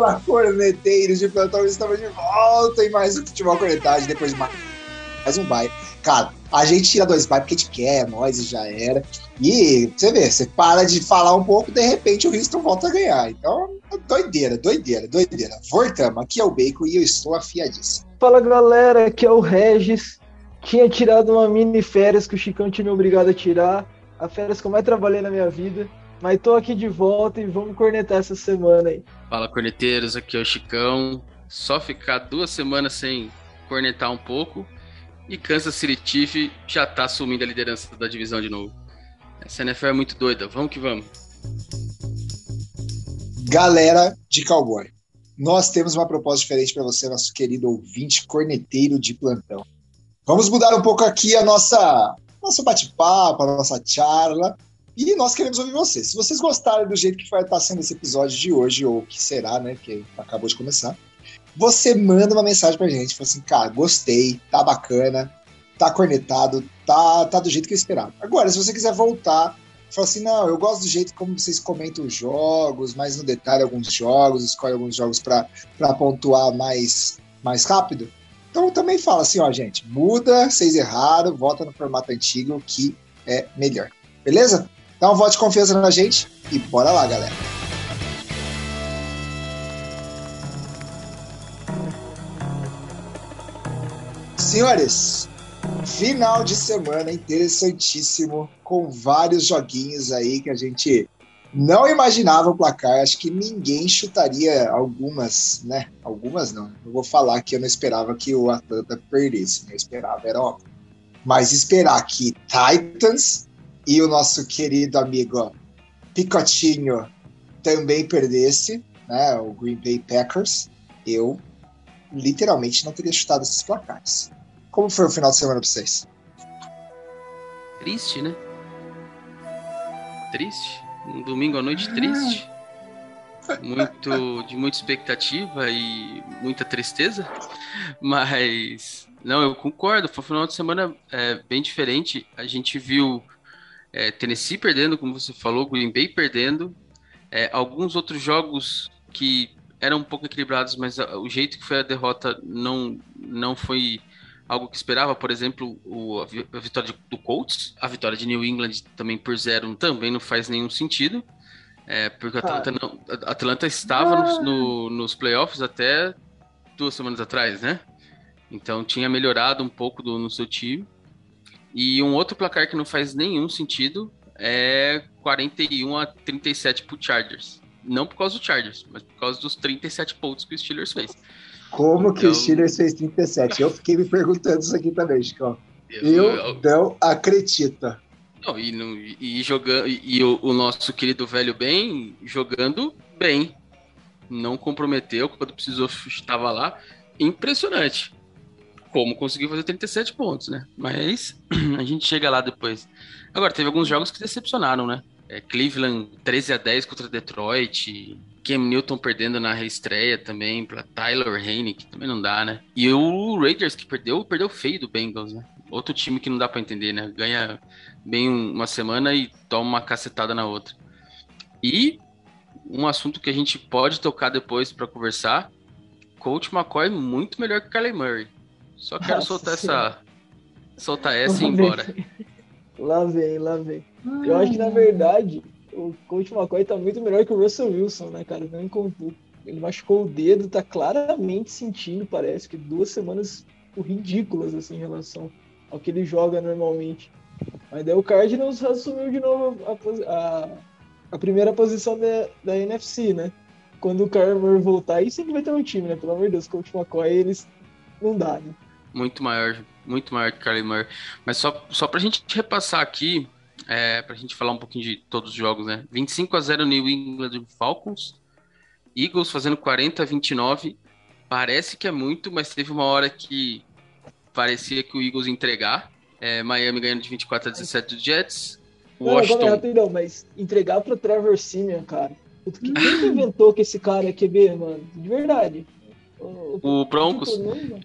Fala, corneteiros de plantão, estamos de volta em mais um Futebol Cornetagem, depois de mais um bye. Cara, a gente tira 2 bye porque a gente quer, nós e já era. E você vê, você para de falar um pouco, de repente o Houston volta a ganhar. Então, doideira. Voltamos, aqui é o Bacon e eu estou afiadíssimo. Fala galera, aqui é o Regis. Tinha tirado uma mini férias que o Chicão tinha me obrigado a tirar. A férias que eu mais trabalhei na minha vida. Mas tô aqui de volta e vamos cornetar essa semana aí. Fala, corneteiros, aqui é o Chicão. Só ficar 2 semanas sem cornetar um pouco e Kansas City Chiefs já tá assumindo a liderança da divisão de novo. Essa NFL é muito doida, vamos que vamos. Galera de Cowboy, nós temos uma proposta diferente para você, nosso querido ouvinte corneteiro de plantão. Vamos mudar um pouco aqui a nosso bate-papo, a nossa charla. E nós queremos ouvir vocês. Se vocês gostarem do jeito que vai estar sendo esse episódio de hoje, ou que será, né, que acabou de começar, você manda uma mensagem pra gente, fala assim, cara, gostei, tá bacana, tá cornetado, tá do jeito que eu esperava. Agora, se você quiser voltar, fala assim, não, eu gosto do jeito como vocês comentam os jogos, mais no detalhe alguns jogos, escolhe alguns jogos pra pontuar mais rápido. Então também fala assim, ó, gente, muda, vocês erraram, volta no formato antigo que é melhor. Beleza? Dá um voto de confiança na gente e bora lá, galera. Senhores, final de semana interessantíssimo, com vários joguinhos aí que a gente não imaginava o placar. Acho que ninguém chutaria algumas, né? Algumas não. Eu vou falar que eu não esperava que o Atlanta perdesse. Eu esperava, era óbvio. Mas esperar que Titans e o nosso querido amigo Picotinho também perdesse, né, o Green Bay Packers, eu literalmente não teria chutado esses placares. Como foi o final de semana para vocês? Triste, né? Triste. Um domingo à noite triste. De muita expectativa e muita tristeza. Mas, não, eu concordo. Foi um final de semana bem diferente. A gente viu Tennessee perdendo, como você falou, Green Bay perdendo, alguns outros jogos que eram um pouco equilibrados, mas o jeito que foi a derrota não foi algo que esperava. Por exemplo, a vitória do Colts, a vitória de New England também por 0 também não faz nenhum sentido, porque a Atlanta estava nos playoffs até 2 semanas atrás, né? Então tinha melhorado um pouco no seu time. E um outro placar que não faz nenhum sentido é 41-37 pro Chargers. Não por causa do Chargers, mas por causa dos 37 pontos que o Steelers fez. Como que o Steelers fez 37? Eu fiquei me perguntando isso aqui também, Chico. Eu não acredito. Não, e o nosso querido velho Ben jogando bem. Não comprometeu, quando precisou estava lá. Impressionante. Como conseguiu fazer 37 pontos, né? Mas a gente chega lá depois. Agora, teve alguns jogos que decepcionaram, né? Cleveland 13-10 contra Detroit. Cam Newton perdendo na reestreia também pra Tyler Heinicke, que também não dá, né? E o Raiders, que perdeu feio do Bengals, né? Outro time que não dá pra entender, né? Ganha bem uma semana e toma uma cacetada na outra. E um assunto que a gente pode tocar depois pra conversar: Coach McCoy muito melhor que Kyler Murray. Só quero soltar essa e ir embora. Lá vem. Eu acho que, na verdade, o Coach McCoy tá muito melhor que o Russell Wilson, né, cara? Não encontrou. Ele machucou o dedo, tá claramente sentindo, parece, que 2 semanas ridículas, assim, em relação ao que ele joga normalmente. Mas daí o Cardinals assumiu de novo a primeira posição da NFC, né? Quando o Kyler Murray voltar, aí sempre vai ter um time, né? Pelo amor de Deus, o Coach McCoy, eles não dá, né? Muito maior que Kyler Murray. Mas só pra gente repassar aqui, pra gente falar um pouquinho de todos os jogos, né? 25-0 New England Falcons, Eagles fazendo 40-29. Parece que é muito, mas teve uma hora que parecia que o Eagles ia entregar. Miami ganhando de 24-17 do Jets. Washington... Rapidão, mas entregar pro Trevor Siemian, cara. Quem que inventou que esse cara é QB, mano? De verdade. O Broncos...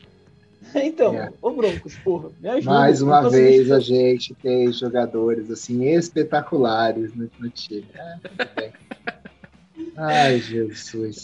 Então, o Broncos, porra, me ajuda. Mais uma vez a gente tem jogadores assim espetaculares no time. Tudo bem. Ai, Jesus.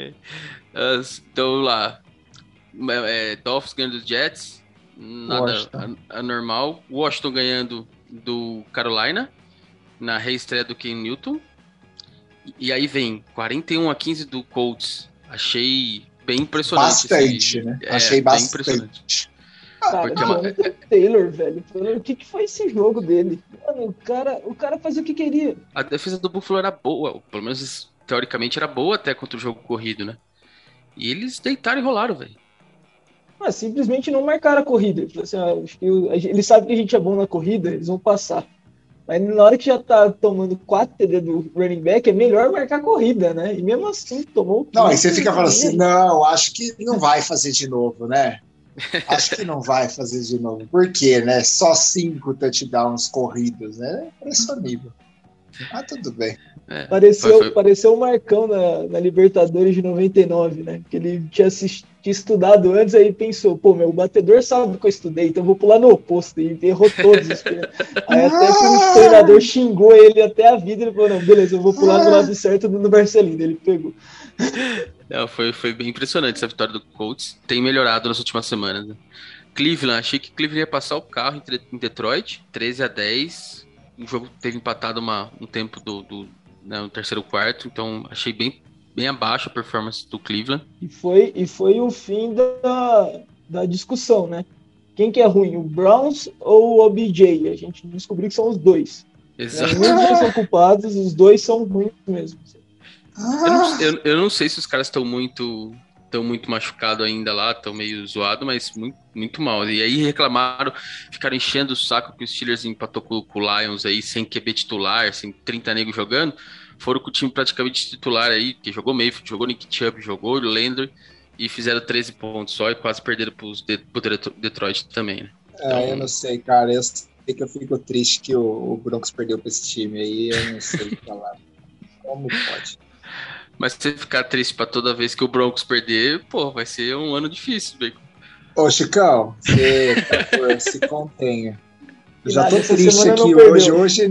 Então lá, Dolphins ganhando dos Jets, nada Washington. anormal. Washington ganhando do Carolina, na reestreia do Ken Newton. E aí vem 41-15 do Colts. Achei bem impressionante. Bastante, né? Achei bem impressionante. bastante. Cara, Porque Jonathan Taylor, velho. O que foi esse jogo dele? Mano, o cara fazia o que queria. a defesa do Buffalo era boa, pelo menos teoricamente era boa até contra o jogo corrido, né? E eles deitaram e rolaram, velho. Mas simplesmente não marcaram a corrida. Ele falou assim, acho que eles sabem que a gente é bom na corrida, eles vão passar. Mas na hora que já tá tomando 4 TD do running back, é melhor marcar a corrida, né? E mesmo assim, tomou. Não, aí você fica falando assim, não, acho que não vai fazer de novo, né? Acho que não vai fazer de novo. Por quê, né? Só 5 touchdowns corridos, né? Impressionível. Ah, tudo bem. Pareceu o Marcão na Libertadores de 99, né? Que ele tinha estudado antes, aí pensou, pô, meu batedor sabe que eu estudei, então eu vou pular no oposto. E errou todos os Aí até que o treinador xingou ele até a vida, ele falou, não, beleza, eu vou pular no lado certo do Marcelino. Ele pegou. Não, foi bem impressionante essa vitória do Colts. Tem melhorado nas últimas semanas, né? Cleveland, achei que Cleveland ia passar o carro em Detroit, 13-10. O jogo teve empatado um tempo no terceiro quarto, então achei bem abaixo a performance do Cleveland. E foi o fim da discussão, né? Quem que é ruim, o Browns ou o OBJ? A gente descobriu que são os dois. Exato. Os dois são culpados, os dois são ruins mesmo. Eu não sei se os caras estão muito machucados ainda lá, estão meio zoados, mas muito, muito mal. E aí reclamaram, ficaram enchendo o saco que os Steelers empatou com o Lions aí, sem QB titular, sem 30 negros jogando. Foram com o time praticamente titular aí, que jogou Mayfield, jogou Nick Chubb, jogou o Landry, e fizeram 13 pontos só e quase perderam pro Detroit também, né? Então... eu não sei, cara. Eu sei que eu fico triste que o Broncos perdeu pra esse time aí. Eu não sei o que falar. Como pode? Mas se você ficar triste pra toda vez que o Broncos perder, pô, vai ser um ano difícil, Bacon. Ô, Chicão, você se contenha. Eu já tô triste aqui hoje.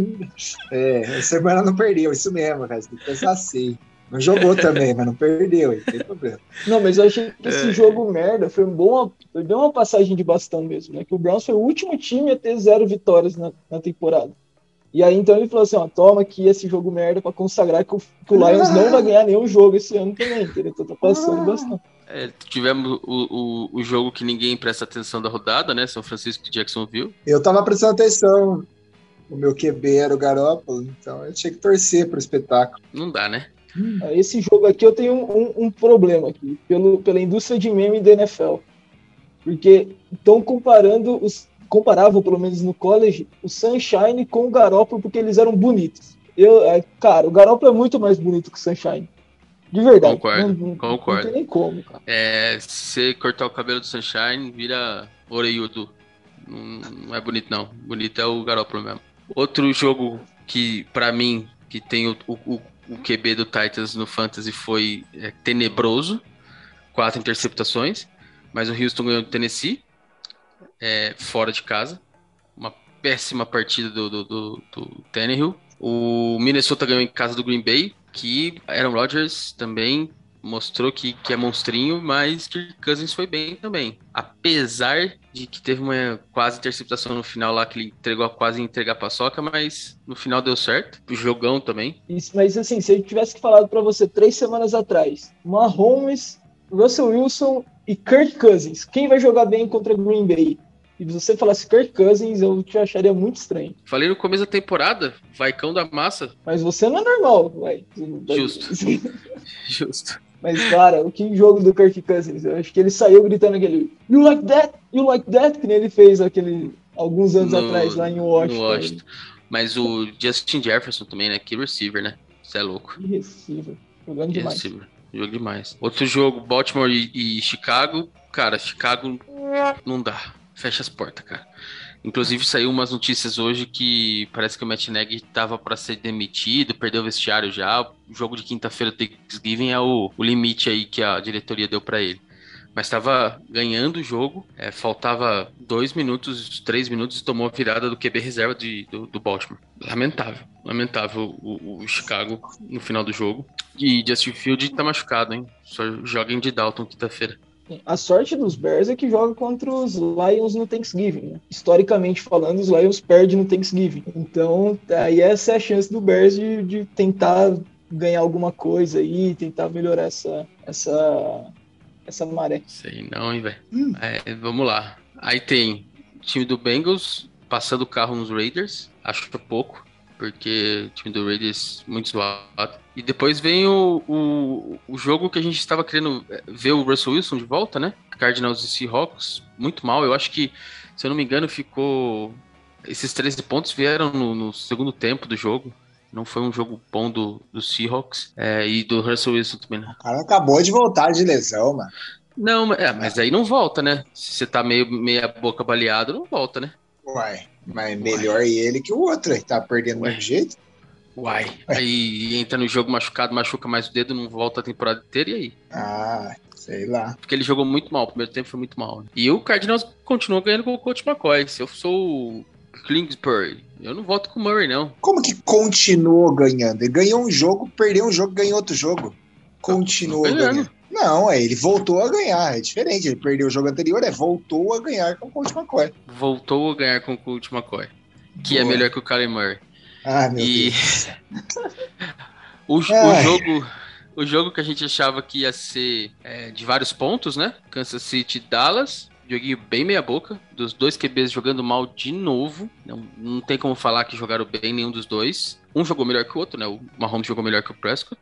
A semana não perdeu, isso mesmo, cara. Você tem que pensar assim. Não jogou também, mas não perdeu, não tem problema. Não, mas eu achei que esse jogo merda foi deu uma passagem de bastão mesmo, né? Que o Browns foi o último time a ter 0 vitórias na temporada. E aí então ele falou assim, ó, toma aqui esse jogo merda pra consagrar que o Lions não vai ganhar nenhum jogo esse ano também, entendeu? Então tá passando bastante. Tivemos o jogo que ninguém presta atenção da rodada, né? São Francisco e Jacksonville. Eu tava prestando atenção. O meu QB era o Garoppolo, então eu tinha que torcer pro espetáculo. Não dá, né? Esse jogo aqui eu tenho um problema aqui, pela indústria de meme da NFL. Porque estão comparavam, pelo menos no college, o Sunshine com o Garoppolo porque eles eram bonitos. Cara, o Garoppolo é muito mais bonito que o Sunshine. De verdade. Concordo. Não tem nem como, cara. Se você cortar o cabelo do Sunshine, vira orelhudo. Não é bonito, não. Bonito é o Garoppolo mesmo. Outro jogo que, pra mim, que tem o QB do Titans no Fantasy foi tenebroso. 4 interceptações. Mas o Houston ganhou do Tennessee. Fora de casa. Uma péssima partida do Tannehill. O Minnesota ganhou em casa do Green Bay, que Aaron Rodgers também mostrou que é monstrinho, mas Kirk Cousins foi bem também. Apesar de que teve uma quase interceptação no final lá, que ele quase entregar a paçoca, mas no final deu certo. O jogão também. Mas assim, se eu tivesse falado pra você 3 semanas atrás, Mahomes, Russell Wilson e Kirk Cousins, quem vai jogar bem contra Green Bay? E se você falasse Kirk Cousins, eu te acharia muito estranho. Falei no começo da temporada, Vaicão da massa. Mas você não é normal, vai. Justo. Justo. Mas, cara, que jogo do Kirk Cousins. Eu acho que ele saiu gritando aquele You like that? You like that? Que nem ele fez alguns anos atrás lá em Washington. Mas o Justin Jefferson também, né? Que receiver, né? Você é louco. Que receiver. Jogando demais. Jogo demais. Outro jogo, Baltimore e Chicago. Cara, Chicago não dá. Fecha as portas, cara. Inclusive saiu umas notícias hoje que parece que o Matt Nagy tava para ser demitido, perdeu o vestiário já. O jogo de quinta-feira Thanksgiving é o limite aí que a diretoria deu para ele. mas estava ganhando o jogo, faltava 2 minutos, 3 minutos e tomou a virada do QB reserva do Baltimore. Lamentável o Chicago no final do jogo. E Justin Fields tá machucado, hein? Só joga em de Dalton quinta-feira. A sorte dos Bears é que joga contra os Lions no Thanksgiving, né? Historicamente falando, os Lions perdem no Thanksgiving. Então, aí essa é a chance do Bears de tentar ganhar alguma coisa aí, tentar melhorar essa maré. Sei não, hein, velho. Vamos lá. Aí tem o time do Bengals passando o carro nos Raiders. Acho que é pouco, porque o time do Raiders muito zoado. E depois vem o jogo que a gente estava querendo ver o Russell Wilson de volta, né? Cardinals e Seahawks. Muito mal. Eu acho que, se eu não me engano, ficou... Esses 13 pontos vieram no segundo tempo do jogo. Não foi um jogo bom do Seahawks e do Russell Wilson também, né? O cara acabou de voltar de lesão, mano. Não, mas aí não volta, né? Se você tá meia boca baleado, não volta, né? Uai, mas melhor ele que o outro, ele tá perdendo do mesmo jeito. Uai, aí entra no jogo machucado, machuca mais o dedo, não volta a temporada inteira, e aí? Ah, sei lá. Porque ele jogou muito mal, o primeiro tempo foi muito mal. Né? E o Cardinals continua ganhando com o Coach McCoy. Se eu sou o Kingsbury, eu não voto com o Murray, não. Como que continuou ganhando? Ele ganhou um jogo, perdeu um jogo, ganhou outro jogo. Continuou ganhando. Não, ele voltou a ganhar, é diferente. Ele perdeu o jogo anterior, voltou a ganhar com o Coach McCoy. Voltou a ganhar com o Coach McCoy, que é melhor que o Kyler Murray. Ah, meu Deus. O jogo que a gente achava que ia ser de vários pontos, né? Kansas City e Dallas. Joguinho bem meia boca, dos dois QBs jogando mal de novo. Não tem como falar que jogaram bem nenhum dos dois. Um jogou melhor que o outro, né? O Mahomes jogou melhor que o Prescott.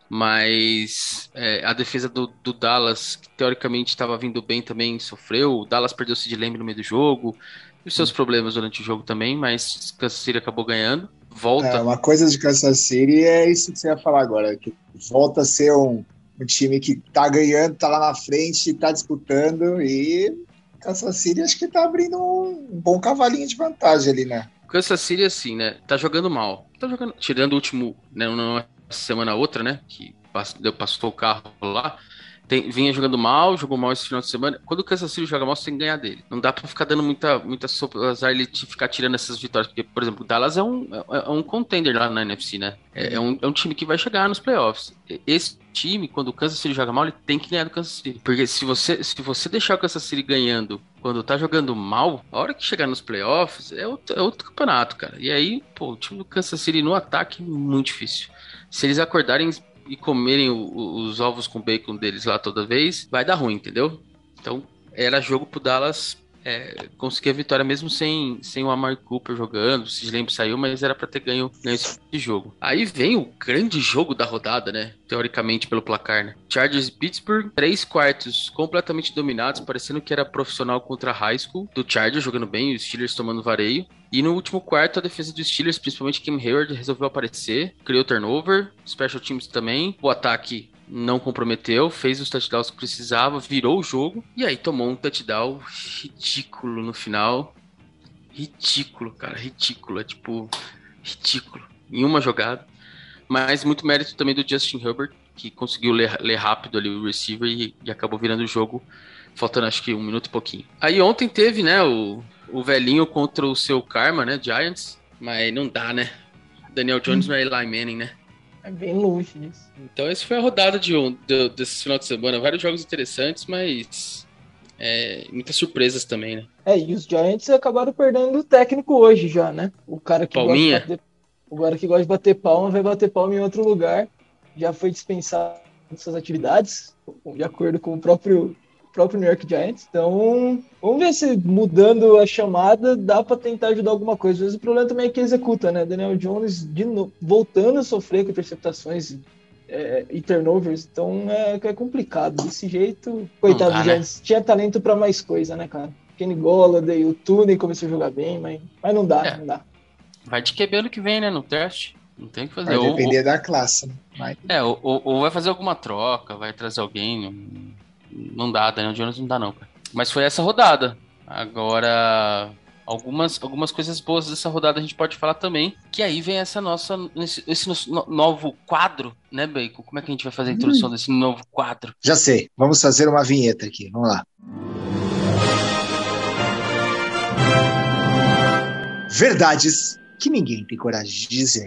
Mas a defesa do Dallas, que teoricamente estava vindo bem também, sofreu. O Dallas perdeu o Sid Lamb no meio do jogo. E os seus problemas durante o jogo também, mas Kansas City acabou ganhando. Volta. Uma coisa de Kansas City é isso que você ia falar agora, que volta a ser um time que tá ganhando, tá lá na frente, tá disputando e Kansas City acho que tá abrindo um bom cavalinho de vantagem ali, né? Kansas City, assim, né? Tá jogando mal. Tá jogando, tirando o último, né? Uma semana outra, né? Que passou o carro lá. Vinha jogando mal, jogou mal esse final de semana. Quando o Kansas City joga mal, você tem que ganhar dele. Não dá pra ficar dando muita azar ele ficar tirando essas vitórias. Porque, por exemplo, o Dallas é um contender lá na NFC, né? É um time que vai chegar nos playoffs. Esse time, quando o Kansas City joga mal, ele tem que ganhar do Kansas City. Porque se você deixar o Kansas City ganhando quando tá jogando mal, a hora que chegar nos playoffs é outro campeonato, cara. E aí, pô, o time do Kansas City no ataque é muito difícil. Se eles acordarem e comerem os ovos com bacon deles lá toda vez, vai dar ruim, entendeu? Então, era jogo pro Dallas conseguir a vitória mesmo sem o Amari Cooper jogando. O Sid Lamb saiu, mas era pra ter ganho esse jogo. Aí vem o grande jogo da rodada, né? Teoricamente, pelo placar, né? Chargers e Pittsburgh, 3 quartos completamente dominados, parecendo que era profissional contra high school. Do Chargers jogando bem, os Steelers tomando vareio. E no último quarto, a defesa dos Steelers, principalmente Cam Hayward, resolveu aparecer, criou turnover, special teams também. O ataque não comprometeu, fez os touchdowns que precisava, virou o jogo, e aí tomou um touchdown ridículo no final. Ridículo, cara, ridículo. É tipo, ridículo. Em uma jogada. Mas muito mérito também do Justin Herbert, que conseguiu ler rápido ali o receiver e acabou virando o jogo, faltando acho que 1 minuto e pouquinho. Aí ontem teve, né, o velhinho contra o seu karma, né, Giants, mas não dá, né? Daniel Jones não é Eli Manning, né? É bem longe disso. Então essa foi a rodada desse final de semana. Vários jogos interessantes, mas muitas surpresas também, né? E os Giants acabaram perdendo o técnico hoje já, né? O cara que gosta de bater palma vai bater palma em outro lugar. Já foi dispensado de suas atividades, de acordo com o próprio New York Giants. Então, vamos ver se mudando a chamada dá para tentar ajudar alguma coisa. Mas o problema também é que executa, né? Daniel Jones voltando a sofrer com interceptações e turnovers. Então, é complicado. Desse jeito, coitado do Giants. Né? Tinha talento para mais coisa, né, cara? Kenny Golladay, o Tooney começou a jogar bem, mas não dá, não dá. Vai de QB ano que vem, né, no teste. Não tem o que fazer. Vai depender da classe, né? Ou vai fazer alguma troca, vai trazer alguém. Não dá, Daniel Jones não dá não, cara. Mas foi essa rodada. Agora Algumas coisas boas dessa rodada a gente pode falar também, que aí vem esse novo quadro, né, Bacon? Como é que a gente vai fazer a introdução desse novo quadro? Já sei, vamos fazer uma vinheta aqui, vamos lá. Verdades que ninguém tem coragem de dizer.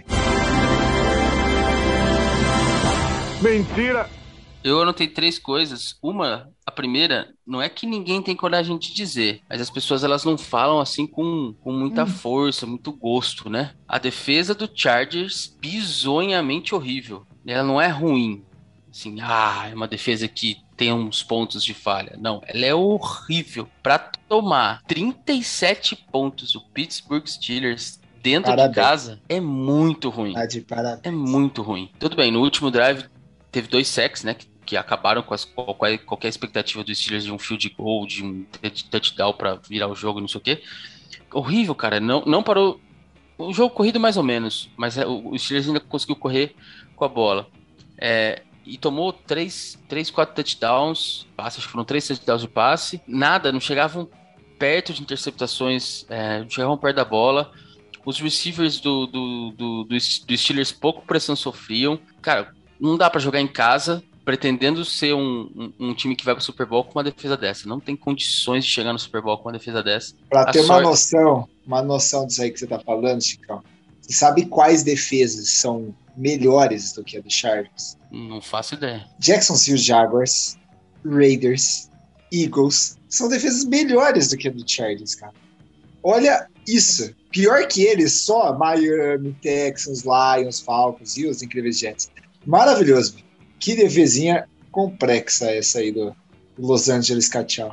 Mentira! Eu anotei 3 coisas. A primeira, não é que ninguém tem coragem de dizer, mas as pessoas elas não falam assim com muita força, muito gosto, né? A defesa do Chargers, bizonhamente horrível. Ela não é ruim. Assim, é uma defesa que tem uns pontos de falha. Não, ela é horrível. Pra tomar 37 pontos o Pittsburgh Steelers dentro de casa é muito ruim. É muito ruim. Tudo bem, no último drive teve 2 sacks, né? Que acabaram com qualquer expectativa dos Steelers de um field goal, de um touchdown pra virar o jogo, não sei o quê. Horrível, cara. Não parou. O jogo corrido mais ou menos, mas o Steelers ainda conseguiu correr com a bola. E tomou 4 touchdowns, acho que foram 3 touchdowns de passe. Nada, não chegavam perto de interceptações, não chegavam perto da bola. Os receivers do Steelers pouco pressão sofriam. Cara, não dá pra jogar em casa pretendendo ser um time que vai pro Super Bowl com uma defesa dessa. Não tem condições de chegar no Super Bowl com uma defesa dessa. Pra ter uma noção disso aí que você tá falando, Chicão, você sabe quais defesas são melhores do que a do Chargers? Não faço ideia. Jacksonville Jaguars, Raiders, Eagles, são defesas melhores do que a do Chargers, cara. Olha isso. Pior que eles, só Miami, Texans, Lions, Falcons e os incríveis Jets. Maravilhoso. Que defesinha complexa essa aí do Los Angeles Cachorro.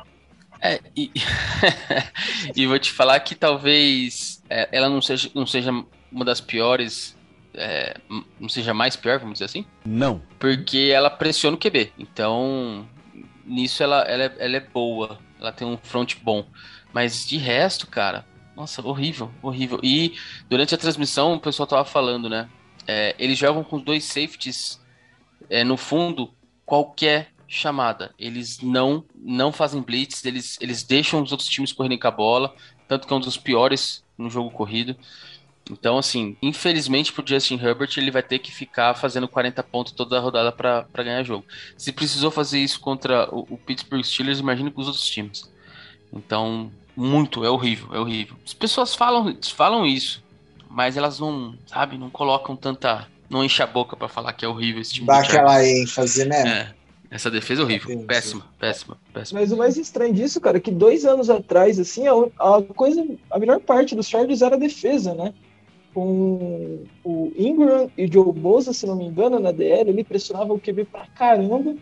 E vou te falar que talvez ela não seja uma das piores, não seja mais pior, vamos dizer assim? Não. Porque ela pressiona o QB. Então, nisso ela é boa. Ela tem um front bom. Mas de resto, cara, nossa, horrível, horrível. E durante a transmissão o pessoal tava falando, né? Eles jogam com 2 safeties no fundo, qualquer chamada. Eles não fazem blitz, eles deixam os outros times correrem com a bola, tanto que é um dos piores no jogo corrido. Então, assim, infelizmente pro Justin Herbert, ele vai ter que ficar fazendo 40 pontos toda a rodada para ganhar jogo. Se precisou fazer isso contra o Pittsburgh Steelers, imagine com os outros times. Então, é horrível, é horrível. As pessoas falam isso, mas elas não colocam tanta... Não enche a boca pra falar que é horrível esse time. Dá aquela ênfase, né? Essa defesa é horrível. Péssima. Mas o mais estranho disso, cara, é que 2 anos atrás, assim, a melhor parte dos Chargers era a defesa, né? Com o Ingram e o Joe Bosa, se não me engano, na DL, ele pressionava o QB pra caramba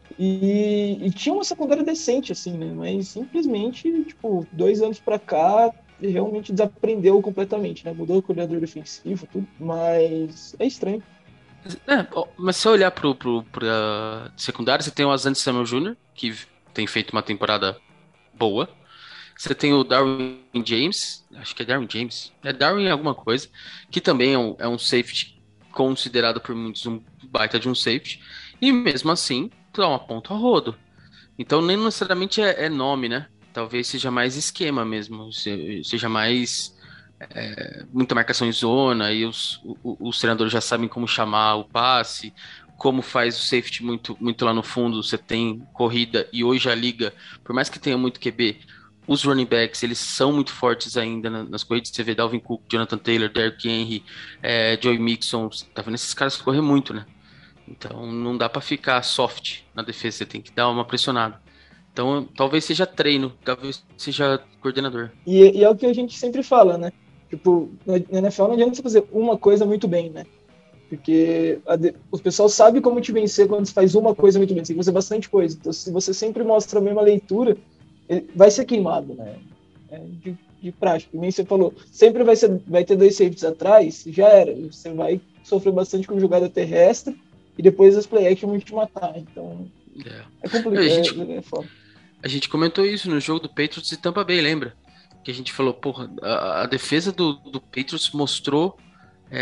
e tinha uma secundária decente, assim, né? Mas simplesmente, 2 anos pra cá, realmente desaprendeu completamente, né? Mudou o coordenador defensivo, tudo, mas é estranho. Mas se eu olhar pra secundária, você tem o Asante Samuel Jr., que tem feito uma temporada boa. Você tem o Darwin James, acho que é Darwin James, Darwin alguma coisa, que também é um safety considerado por muitos um baita de um safety, e mesmo assim, dá uma ponta a rodo. Então nem necessariamente é nome, né? Talvez seja mais esquema mesmo, seja mais muita marcação em zona, e os treinadores já sabem como chamar o passe, como faz o safety muito, muito lá no fundo, você tem corrida, e hoje a liga, por mais que tenha muito QB, os running backs, eles são muito fortes ainda nas corridas, você vê Dalvin Cook, Jonathan Taylor, Derrick Henry, Joey Mixon, tá vendo esses caras que correm muito, né? Então não dá pra ficar soft na defesa, você tem que dar uma pressionada. Então, talvez seja treino, talvez seja coordenador. E é o que a gente sempre fala, né? Na NFL não adianta você fazer uma coisa muito bem, né? Porque o pessoal sabe como te vencer quando você faz uma coisa muito bem. Você tem que fazer bastante coisa. Então, se você sempre mostra a mesma leitura, vai ser queimado, né? De prática. Nem você falou, sempre vai ter 2 safeties atrás, já era. Você vai sofrer bastante com jogada terrestre e depois as play action vão te matar. Então, é complicado. É foda. A gente comentou isso no jogo do Patriots e Tampa Bay, lembra? Que a gente falou, porra, a defesa do Patriots mostrou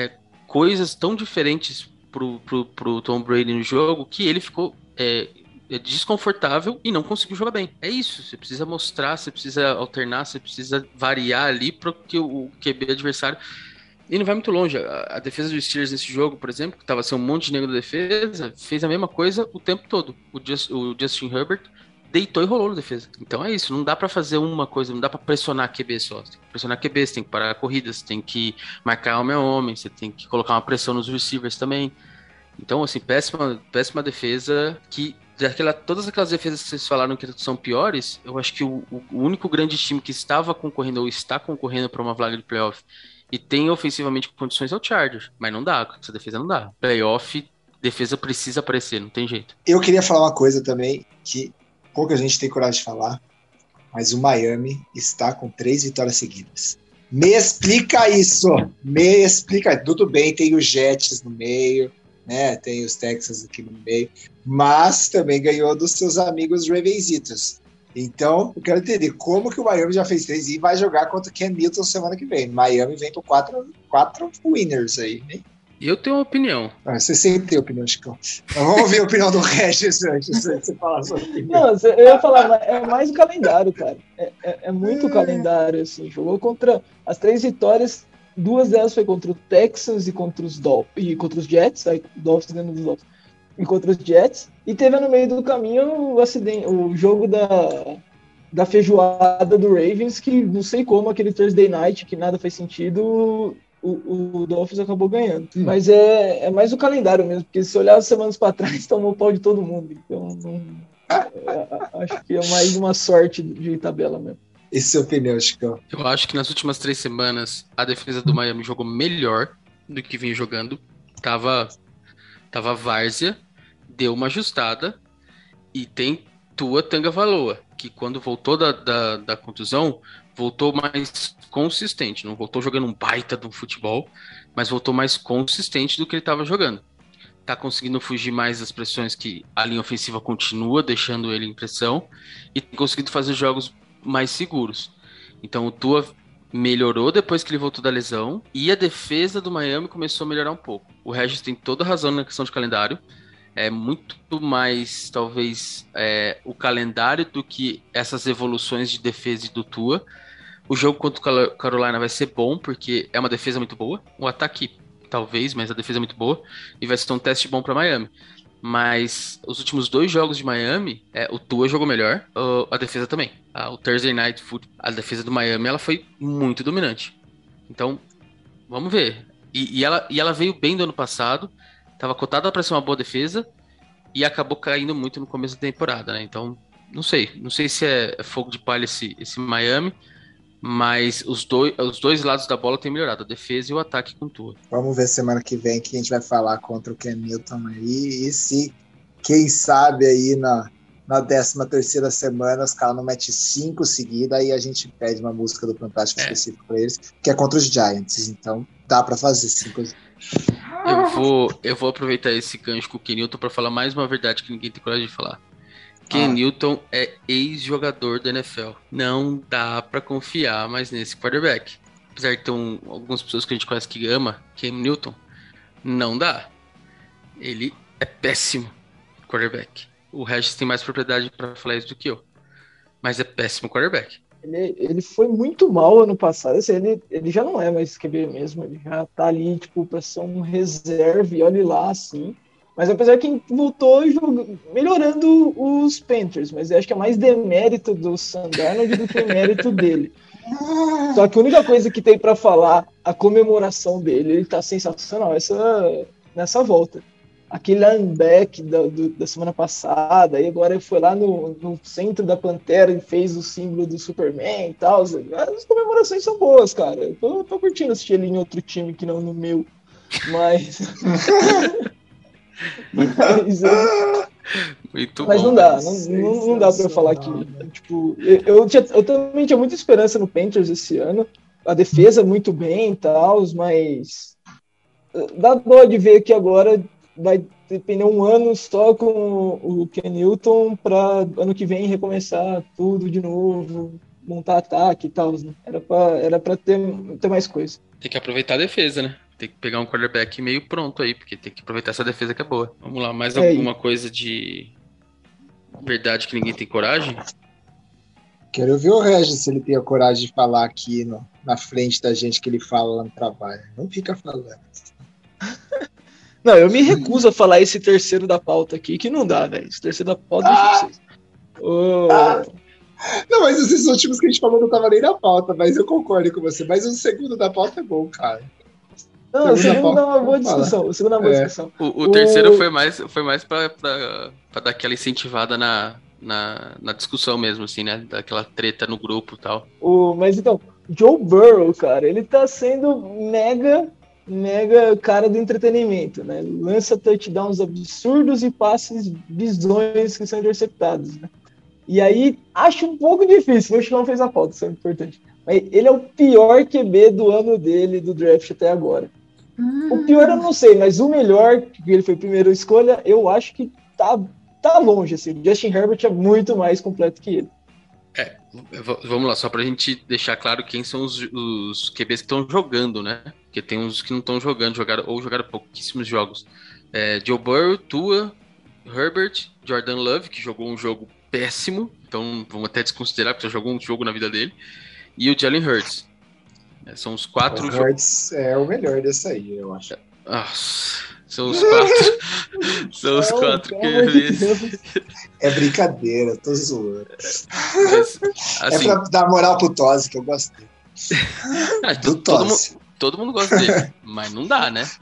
coisas tão diferentes pro Tom Brady no jogo que ele ficou desconfortável e não conseguiu jogar bem. É isso, você precisa mostrar, você precisa alternar, você precisa variar ali para que o QB adversário... E não vai muito longe. A defesa dos Steelers nesse jogo, por exemplo, que estava sendo um monte de negro da defesa, fez a mesma coisa o tempo todo. O Justin Herbert deitou e rolou na defesa. Então é isso, não dá pra fazer uma coisa, não dá pra pressionar QB só. Você tem que pressionar QB, você tem que parar a corrida, você tem que marcar homem a homem, você tem que colocar uma pressão nos receivers também. Então, assim, péssima defesa que todas aquelas defesas que vocês falaram que são piores, eu acho que o único grande time que estava concorrendo ou está concorrendo para uma vaga de playoff e tem ofensivamente condições é o Chargers, mas não dá, essa defesa não dá. Playoff, defesa precisa aparecer, não tem jeito. Eu queria falar uma coisa também que pouca gente tem coragem de falar, mas o Miami está com 3 vitórias seguidas. Me explica isso! Me explica. Tudo bem, tem os Jets no meio, né? Tem os Texans aqui no meio, mas também ganhou dos seus amigos Ravensitos. Então, eu quero entender como que o Miami já fez 3 e vai jogar contra o Cam Newton semana que vem. Miami vem com 4 winners aí, né? E eu tenho uma opinião. Você sempre tem opinião, Chico. Então, vamos ouvir a opinião do Regis antes de você falar sua opinião. Não, eu ia falar, é mais o calendário, cara. É muito calendário, assim. Jogou contra as 3 vitórias, 2 delas foi contra o Texans e contra os Jets, aí Dolphins ganhando dos Dolphins, e contra os Jets. E teve no meio do caminho o jogo da feijoada do Ravens, que não sei como, aquele Thursday Night, que nada faz sentido... O Dolphins acabou ganhando. Mas é mais o calendário mesmo, porque se olhar as semanas para trás, tomou o pau de todo mundo. Então, acho que é mais uma sorte de tabela mesmo. Essa é a opinião, Chico. Eu acho que nas últimas 3 semanas, a defesa do Miami jogou melhor do que vinha jogando. Tava várzea, deu uma ajustada, e tem Tua Tagovailoa, que quando voltou da contusão, voltou mais consistente, não voltou jogando um baita de um futebol, mas voltou mais consistente do que ele estava jogando. Tá conseguindo fugir mais das pressões que a linha ofensiva continua deixando ele em pressão e tem conseguido fazer jogos mais seguros. Então o Tua melhorou depois que ele voltou da lesão e a defesa do Miami começou a melhorar um pouco. O Regis tem toda a razão na questão de calendário. É muito mais, talvez, o calendário do que essas evoluções de defesa e do Tua. O jogo contra o Carolina vai ser bom, porque é uma defesa muito boa. O ataque, talvez, mas a defesa é muito boa. E vai ser um teste bom para Miami. Mas os últimos 2 jogos de Miami, o Tua jogou melhor, a defesa também. O Thursday Night Football, a defesa do Miami, ela foi muito dominante. Então, vamos ver. E ela veio bem do ano passado. Tava cotada para ser uma boa defesa e acabou caindo muito no começo da temporada, né? Então, não sei se é fogo de palha esse Miami, mas os dois lados da bola têm melhorado, a defesa e o ataque com Tua. Vamos ver semana que vem que a gente vai falar contra o Cam Newton aí, e se, quem sabe aí na 13ª semana os caras não metem 5 seguidas, aí a gente pede uma música do Fantástico específico para eles, que é contra os Giants, então dá para fazer 5. Eu vou aproveitar esse gancho com o Ken Newton para falar mais uma verdade que ninguém tem coragem de falar. Ken Newton é ex-jogador da NFL. Não dá para confiar mais nesse quarterback. Apesar de ter algumas pessoas que a gente conhece que ama Ken Newton, não dá. Ele é péssimo quarterback. O Regis tem mais propriedade para falar isso do que eu. Mas é péssimo quarterback. Ele foi muito mal ano passado. Assim, ele já não é mais QB mesmo. Ele já tá ali, tipo, pra ser um reserva. E olhe lá, assim. Mas apesar que voltou melhorando os Panthers. Mas eu acho que é mais demérito do Sam Darnold do que mérito dele. Só que a única coisa que tem pra falar, a comemoração dele, ele tá sensacional nessa volta. Aquele lineback da semana passada, e agora ele foi lá no centro da Pantera e fez o símbolo do Superman e tal. As comemorações são boas, cara. Eu tô curtindo assistir ele em outro time que não no meu. Mas. Mas não dá. Não dá pra eu falar que. Tipo, eu também tinha muita esperança no Panthers esse ano. A defesa muito bem e tal, mas. Dá dó de ver que agora vai depender um ano só com o Ken Newton para ano que vem recomeçar tudo de novo, montar ataque e tal. Né? Era pra ter mais coisa. Tem que aproveitar a defesa, né? Tem que pegar um quarterback meio pronto aí, porque tem que aproveitar essa defesa que é boa. Vamos lá, mais alguma coisa de Verdade que ninguém tem coragem? Quero ver o Regis se ele tem a coragem de falar aqui na frente da gente que ele fala lá no trabalho. Não fica falando. Não, eu me recuso a falar esse terceiro da pauta aqui, que não dá, velho. Esse terceiro da pauta deixa pra vocês. Não, mas esses últimos que a gente falou não tava nem na pauta, mas eu concordo com você. Mas o segundo da pauta é bom, cara. Não, o segundo dá uma boa discussão. O segundo é uma boa discussão. O terceiro foi mais pra dar aquela incentivada na discussão mesmo, assim, né? Daquela treta no grupo e tal. Mas então, Joe Burrow, cara, ele tá sendo mega cara do entretenimento, né? Lança touchdowns absurdos e passes bizonhos que são interceptados, né? E aí, acho um pouco difícil, o Chilão fez a pauta, isso é importante. Mas ele é o pior QB do ano dele, do draft até agora. O pior eu não sei, mas o melhor, que ele foi a primeira escolha, eu acho que tá longe, assim. O Justin Herbert é muito mais completo que ele. Vamos lá, só pra gente deixar claro quem são os QBs que estão jogando, né? Porque tem uns que não estão jogando, jogaram pouquíssimos jogos. Joe Burrow, Tua, Herbert, Jordan Love, que jogou um jogo péssimo, então vamos até desconsiderar, porque só jogou um jogo na vida dele, e o Jalen Hurts. São os 4 jogos. O Hurts é o melhor desse aí, eu acho. São os 4. São os 4 QBs. É brincadeira, tô zoando. Mas, assim, é pra dar moral pro Tosi, que eu gosto dele. Todo mundo gosta dele, mas não dá, né?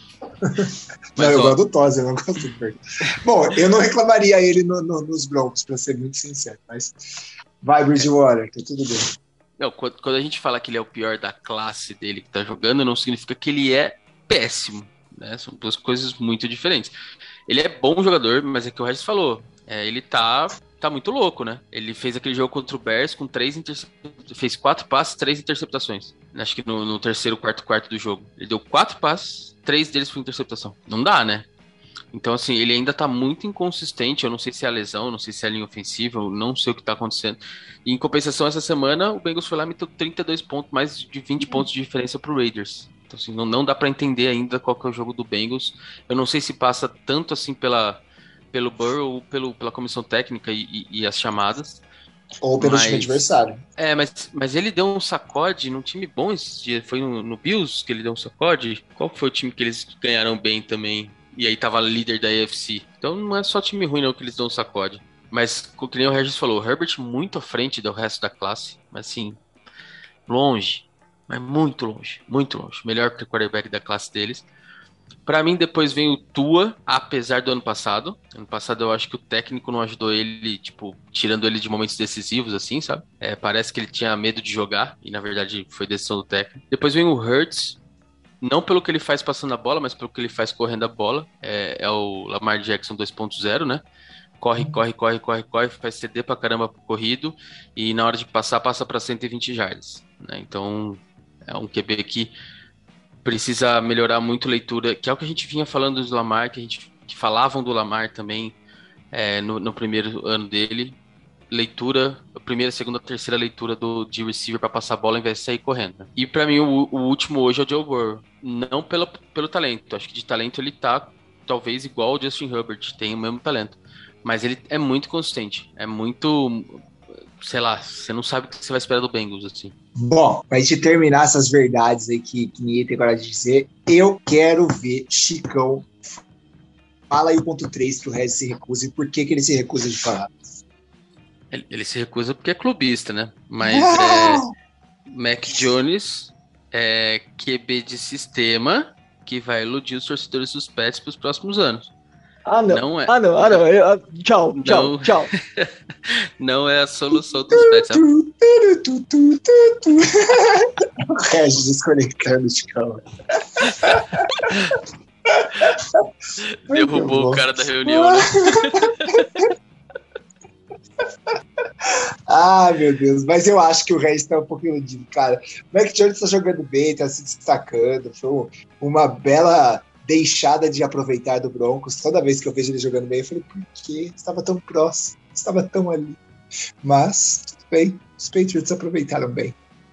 Mas, eu gosto do Tosi, eu não gosto do Hurts. Bom, eu não reclamaria ele nos Broncos, pra ser muito sincero, mas vai, Bridgewater, tá tudo bem. Não, quando a gente fala que ele é o pior da classe dele que tá jogando, não significa que ele é péssimo, né? São duas coisas muito diferentes. Ele é bom jogador, mas é que o Regis falou, ele tá muito louco, né? Ele fez aquele jogo contra o Bears com fez 4 passes, 3 interceptações. Acho que no terceiro, quarto do jogo. Ele deu 4 passes, 3 deles foi interceptação. Não dá, né? Então, assim, ele ainda tá muito inconsistente. Eu não sei se é a lesão, não sei se é a linha ofensiva, eu não sei o que tá acontecendo. E, em compensação, essa semana, o Bengals foi lá e meteu 32 pontos, mais de 20 pontos de diferença pro Raiders. Então, assim, não dá pra entender ainda qual que é o jogo do Bengals. Eu não sei se passa tanto, assim, pelo Burrow ou pela comissão técnica e as chamadas. Ou pelo time adversário. Mas ele deu um sacode num time bom esse dia. Foi no Bills que ele deu um sacode? Qual foi o time que eles ganharam bem também? E aí tava líder da AFC. Então não é só time ruim não que eles dão um sacode. Mas, como o Regis falou, o Herbert muito à frente do resto da classe. Mas assim, longe. Mas muito longe. Muito longe. Melhor que o quarterback da classe deles. Pra mim, depois vem o Tua, apesar do ano passado. Ano passado eu acho que o técnico não ajudou ele, tipo, tirando ele de momentos decisivos, assim, sabe? Parece que ele tinha medo de jogar. E na verdade foi decisão do técnico. Depois vem o Hurts. Não pelo que ele faz passando a bola, mas pelo que ele faz correndo a bola. É o Lamar Jackson 2.0, né? Corre, faz CD pra caramba pro corrido. E na hora de passar, passa pra 120 jardas, né? Então, é um QB que precisa melhorar muito leitura, que é o que a gente vinha falando do Lamar, que falavam do Lamar também no primeiro ano dele. Leitura, a primeira, segunda, terceira leitura de receiver para passar a bola ao invés de sair correndo. Né? E para mim o último hoje é o Joe Burrow. Não pelo talento, acho que de talento ele tá talvez igual ao Justin Herbert, tem o mesmo talento. Mas ele é muito consistente, é muito, sei lá, você não sabe o que você vai esperar do Bengals, assim. Bom, pra gente terminar essas verdades aí que ninguém tem coragem de dizer, eu quero ver Chicão. Fala aí o ponto 3 que o Regis se recusa e por que ele se recusa de falar. Ele se recusa porque é clubista, né? Mas Mac Jones é QB de sistema que vai iludir os torcedores dos Pets para os próximos anos. Não. Tchau. Não é a solução dos Pets. O Regis desconectando de calma. Derrubou o cara da reunião, né? Ah, meu Deus, mas eu acho que o Regis tá um pouco iludido, cara. O Mac Jones tá jogando bem, tá se destacando, foi uma bela deixada de aproveitar do Broncos. Toda vez que eu vejo ele jogando bem, eu falei, por quê? Estava tão próximo, estava tão ali. Mas, tudo bem, os Patriots aproveitaram bem.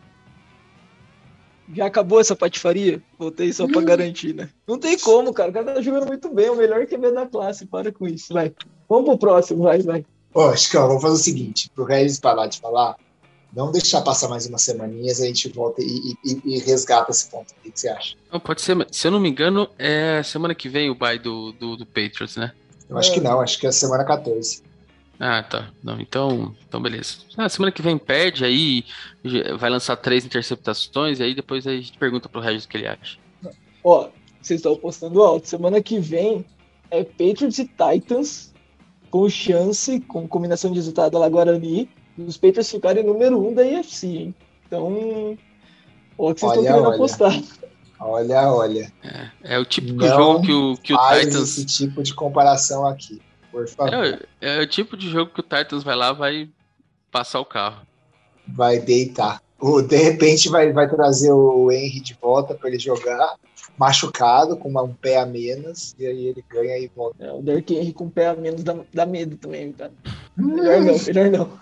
Já acabou essa patifaria? Voltei só pra garantir, né? Não tem como, cara. O cara tá jogando muito bem, o melhor QB da classe. Para com isso, vai. Vamos pro próximo, vai. Ô, Chicão, vamos fazer o seguinte, pro Regis parar de falar, não deixar passar mais umas semaninhas, a gente volta e resgata esse ponto. O que você acha? Não, pode ser, se eu não me engano, é semana que vem o bye do Patriots, né? Eu acho que não, acho que é semana 14. Ah, tá. Não, então beleza. Semana que vem perde, aí vai lançar 3 interceptações, e aí depois a gente pergunta pro Regis o que ele acha. Ó, vocês estão postando alto. Semana que vem é Patriots e Titans, com chance, com combinação de resultado lá Guarani, dos Patriots ficarem número 1 da AFC, hein? Então, ó, que vocês estão querendo apostar. Olha. É o típico não jogo que o faz Titans... esse tipo de comparação aqui, por favor. É o tipo de jogo que o Titans vai lá, vai passar o carro. Vai deitar. De repente vai trazer o Henry de volta para ele jogar, machucado, com um pé a menos, e aí ele ganha e volta. O Derrick Henry com um pé a menos dá medo também, cara. Melhor não.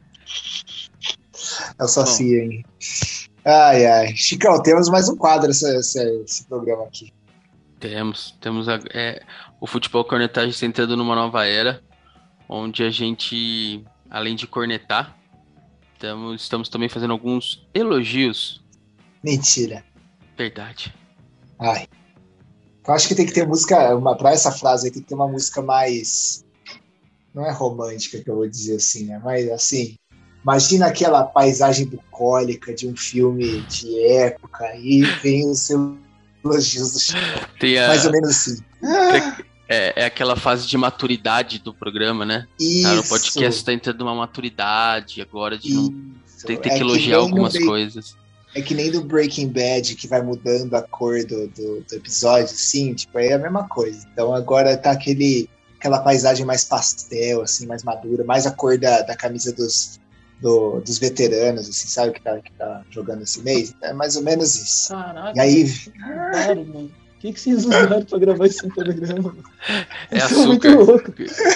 É o Saci, hein? Ai. Chicão, temos mais um quadro esse programa aqui. Temos o Futebol Cornetagem está entrando numa nova era, onde a gente, além de cornetar, estamos também fazendo alguns elogios. Mentira. Verdade. Ai. Eu acho que tem que ter música, pra essa frase aí, tem que ter uma música mais... Não é romântica que eu vou dizer assim, né? Mas assim, imagina aquela paisagem bucólica de um filme de época e vem os elogios do Chico. Mais ou menos assim. É aquela fase de maturidade do programa, né? Isso. Cara, o podcast está entrando numa maturidade agora de não ter que elogiar algumas coisas. É que nem do Breaking Bad, que vai mudando a cor do episódio, assim, tipo, é a mesma coisa. Então agora tá aquela paisagem mais pastel, assim, mais madura, mais a cor da camisa dos veteranos, assim, sabe, que tá jogando esse mês. É mais ou menos isso. Caraca, e aí... mano. O que vocês usaram pra gravar esse programa? É açúcar. Muito louco.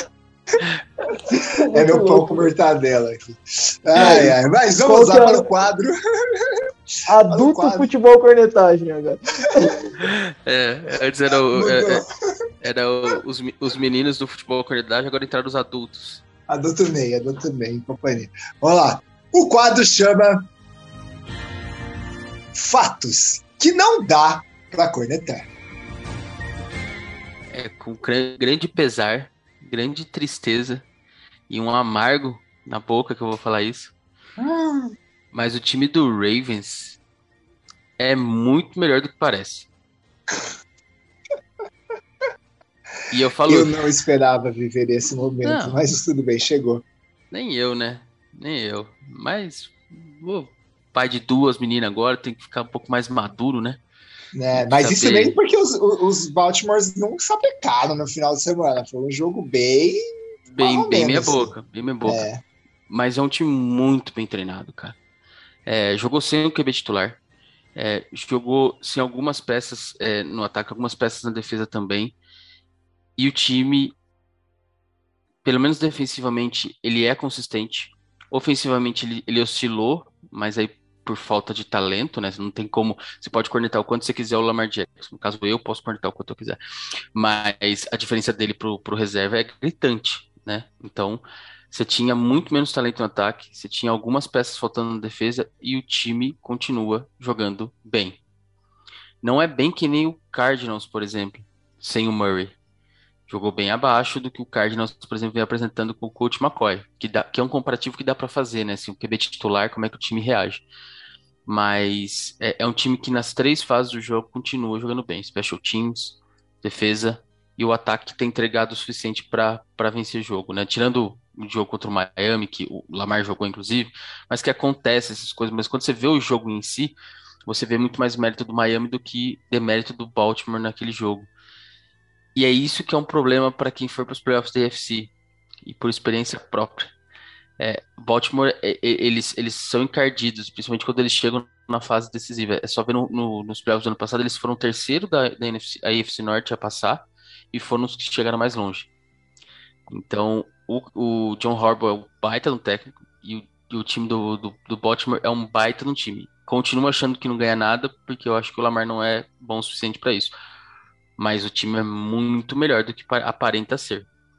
É meu pão com mortadela aqui. Ai. Mas vamos lá para o quadro. Adulto futebol cornetagem agora. Antes era os meninos do futebol cornetagem, agora entraram os adultos. Adulto Ney, companhia. Vamos lá. O quadro chama Fatos que não dá para cornetar. Com grande pesar, grande tristeza e um amargo na boca que eu vou falar isso. Mas o time do Ravens é muito melhor do que parece. E eu falo... Eu não esperava viver esse momento, mas tudo bem, chegou. Nem eu, né? Nem eu. Mas pai de 2 meninas agora, tem que ficar um pouco mais maduro, né? Mas isso nem porque os Baltimores não sapecaram no final de semana. Foi um jogo bem meia boca. Mas é um time muito bem treinado, cara. Jogou sem o QB titular. Jogou sem algumas peças no ataque, algumas peças na defesa também. E o time, pelo menos defensivamente, ele é consistente. Ofensivamente, ele oscilou, mas aí por falta de talento, né? Não tem como. Você pode cornetar o quanto você quiser o Lamar Jackson. No caso, eu posso cornetar o quanto eu quiser. Mas a diferença dele pro reserva é gritante, né? Então, você tinha muito menos talento no ataque, você tinha algumas peças faltando na defesa e o time continua jogando bem. Não é bem que nem o Cardinals, por exemplo, sem o Murray. Jogou bem abaixo do que o Cardinals, por exemplo, vem apresentando com o Colt McCoy, que é um comparativo que dá para fazer, né? Assim, o QB titular, como é que o time reage. Mas é um time que nas 3 fases do jogo continua jogando bem. Special teams, defesa e o ataque tem entregado o suficiente para vencer o jogo, né? Tirando o jogo contra o Miami, que o Lamar jogou inclusive, mas que acontece essas coisas. Mas quando você vê o jogo em si, você vê muito mais mérito do Miami do que demérito do Baltimore naquele jogo. E é isso que é um problema para quem for para os playoffs da AFC, e por experiência própria. Baltimore, eles são encardidos, principalmente quando eles chegam na fase decisiva. É só ver nos playoffs do ano passado, eles foram o terceiro da AFC Norte a passar, e foram os que chegaram mais longe. Então, o John Harbaugh é um baita no técnico, e o time do Baltimore é um baita no time. Continuo achando que não ganha nada, porque eu acho que o Lamar não é bom o suficiente para isso. Mas o time é muito melhor do que aparenta ser.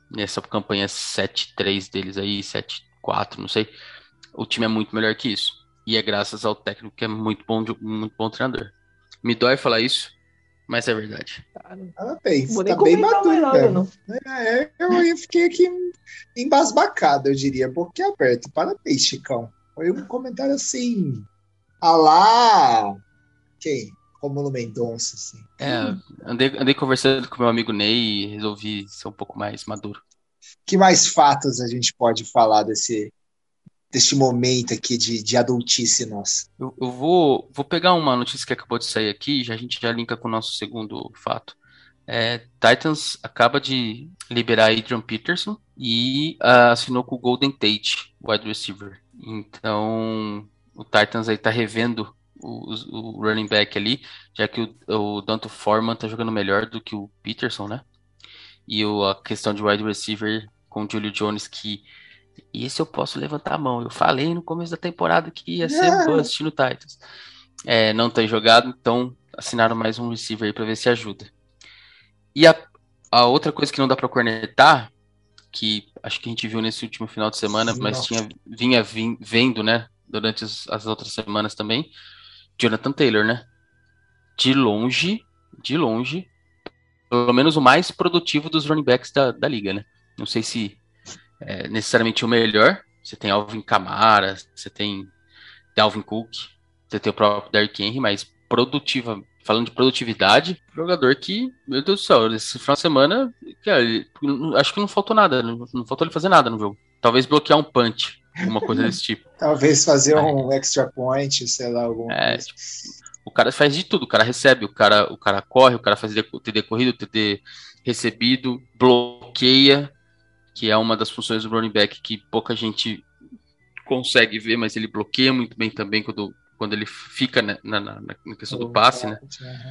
nessa campanha 7-3 deles aí, 7-4, não sei. O time é muito melhor que isso. E é graças ao técnico que é muito bom treinador. Me dói falar isso, mas é verdade. Parabéns, Vou nem tá bem comentar mais maduro nada, mesmo. não. Eu fiquei aqui embasbacado, eu diria, boca aberta. Parabéns, Chicão. Foi um comentário assim, a lá, quem? Romulo Mendonça, assim. Andei conversando com meu amigo Ney e resolvi ser um pouco mais maduro. Que mais fatos a gente pode falar deste momento aqui de adultice nossa? Eu vou pegar uma notícia que acabou de sair aqui, a gente já linka com o nosso segundo fato. Titans acaba de liberar Adrian Peterson e assinou com o Golden Tate, wide receiver. Então, o Titans aí tá revendo o running back ali, já que o Donta Foreman tá jogando melhor do que o Peterson, né? E a questão de wide receiver com o Julio Jones, que esse eu posso levantar a mão. Eu falei no começo da temporada que ia ser bust no Titans. Não tem jogado, então assinaram mais um receiver aí pra ver se ajuda. E a outra coisa que não dá pra cornetar, que acho que a gente viu nesse último final de semana, mas vinha vendo, né, durante as outras semanas também, Jonathan Taylor, né? De longe, pelo menos o mais produtivo dos running backs da liga, né? Não sei se é necessariamente o melhor. Você tem Alvin Kamara, você tem Dalvin Cook, você tem o próprio Derrick Henry, mas falando de produtividade, jogador que, meu Deus do céu, esse final de semana, cara, acho que não faltou nada, não faltou ele fazer nada no jogo. Talvez bloquear um punch, alguma coisa desse tipo. Talvez fazer um extra point, sei lá, alguma coisa. Tipo, o cara faz de tudo, o cara recebe, o cara corre, o cara faz TD corrido, TD recebido, bloqueia, que é uma das funções do running back que pouca gente consegue ver, mas ele bloqueia muito bem também quando ele fica na questão do passe, né?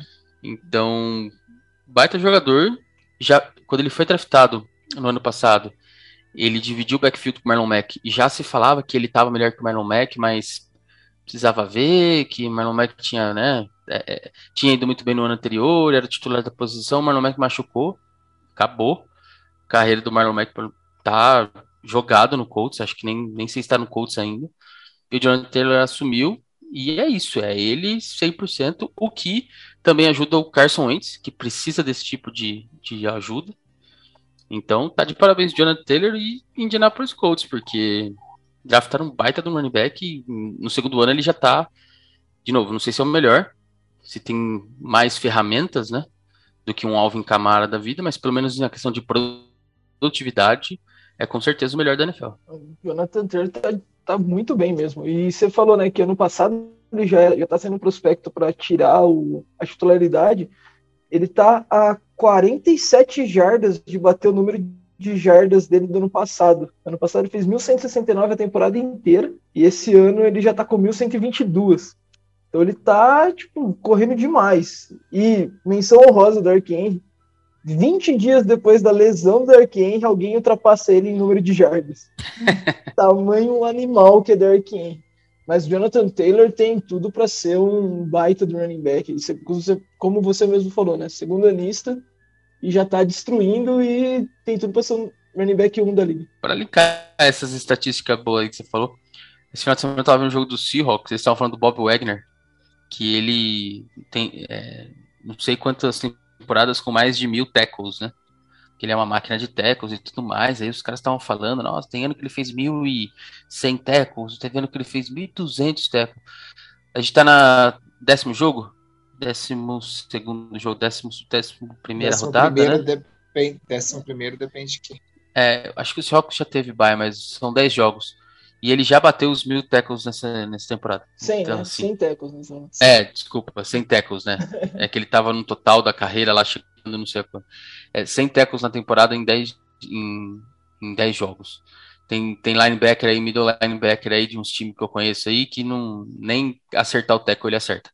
Então, baita jogador. Já quando ele foi draftado no ano passado, ele dividiu o backfield com o Marlon Mack e já se falava que ele estava melhor que o Marlon Mack, mas precisava ver que o Marlon Mack tinha, né? Tinha ido muito bem no ano anterior, era titular da posição, o Marlon Mack machucou, acabou. A carreira do Marlon Mack tá jogado no Colts, acho que nem sei se está no Colts ainda. E o Jonathan Taylor assumiu, e é isso, é ele 100%, o que também ajuda o Carson Wentz, que precisa desse tipo de ajuda. Então, tá de parabéns Jonathan Taylor e Indianapolis Colts, porque draftaram um baita do running back e no segundo ano ele já tá, de novo, não sei se é o melhor, se tem mais ferramentas, né, do que um Alvin Kamara da vida, mas pelo menos na questão de produtividade, é com certeza o melhor da NFL. O Jonathan Taylor tá muito bem mesmo. E você falou, né, que ano passado ele já tá sendo prospecto para tirar a titularidade. Ele tá a 47 jardas de bater o número de jardas dele do ano passado. Ano passado ele fez 1.169 a temporada inteira, e esse ano ele já tá com 1.122. Então ele tá, tipo, correndo demais. E menção honrosa do Derrick Henry, 20 dias depois da lesão do Derrick Henry, alguém ultrapassa ele em número de jardas. Tamanho animal que é Derrick Henry. Mas Jonathan Taylor tem tudo para ser um baita do running back. Como você mesmo falou, né? Segunda lista e já tá destruindo e tem tudo para ser um running back 1 da liga. Para linkar essas estatísticas boas aí que você falou, esse final de semana eu tava vendo um jogo do Seahawks, eles estavam falando do Bob Wagner, que ele tem não sei quantas temporadas com mais de 1.000 tackles, né? Que ele é uma máquina de tackles e tudo mais. Aí os caras estavam falando, nossa, tem ano que ele fez 1.100 tackles, tem ano que ele fez 1.200 tackles. A gente tá na 10º jogo? 12º jogo, 11ª rodada, primeiro né? 11º depende de quem. Acho que o Seahawks já teve bye, mas são 10 jogos. E ele já bateu os 1.000 tackles nessa temporada. 100, então, né? assim, 100 tackles. Né? Desculpa, 100 tackles, né? É que ele tava no total da carreira lá chegando, não sei quanto. 100 tackles na temporada em 10 jogos. Tem linebacker aí, middle linebacker aí de uns times que eu conheço aí que nem acertar o tackle ele acerta.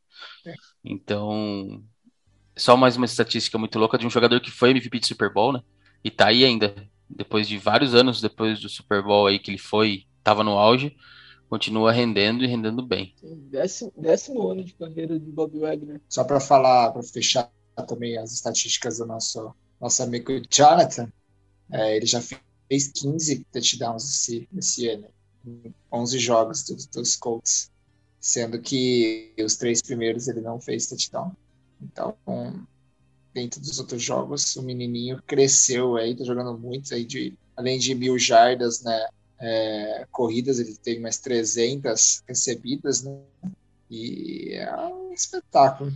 Então, só mais uma estatística muito louca de um jogador que foi MVP de Super Bowl, né? E tá aí ainda, depois de vários anos depois do Super Bowl aí que ele tava no auge, continua rendendo e rendendo bem. 10º ano de carreira de Bob Wagner. Só para falar, para fechar também as estatísticas do nosso amigo Jonathan, Ele já fez 15 touchdowns esse ano, 11 jogos dos Colts, sendo que os 3 primeiros ele não fez touchdown. Então, dentro dos outros jogos, o menininho cresceu aí, tá jogando muito aí, além de 1.000 jardas, né, corridas, ele tem mais 300 recebidas, né, e é um espetáculo.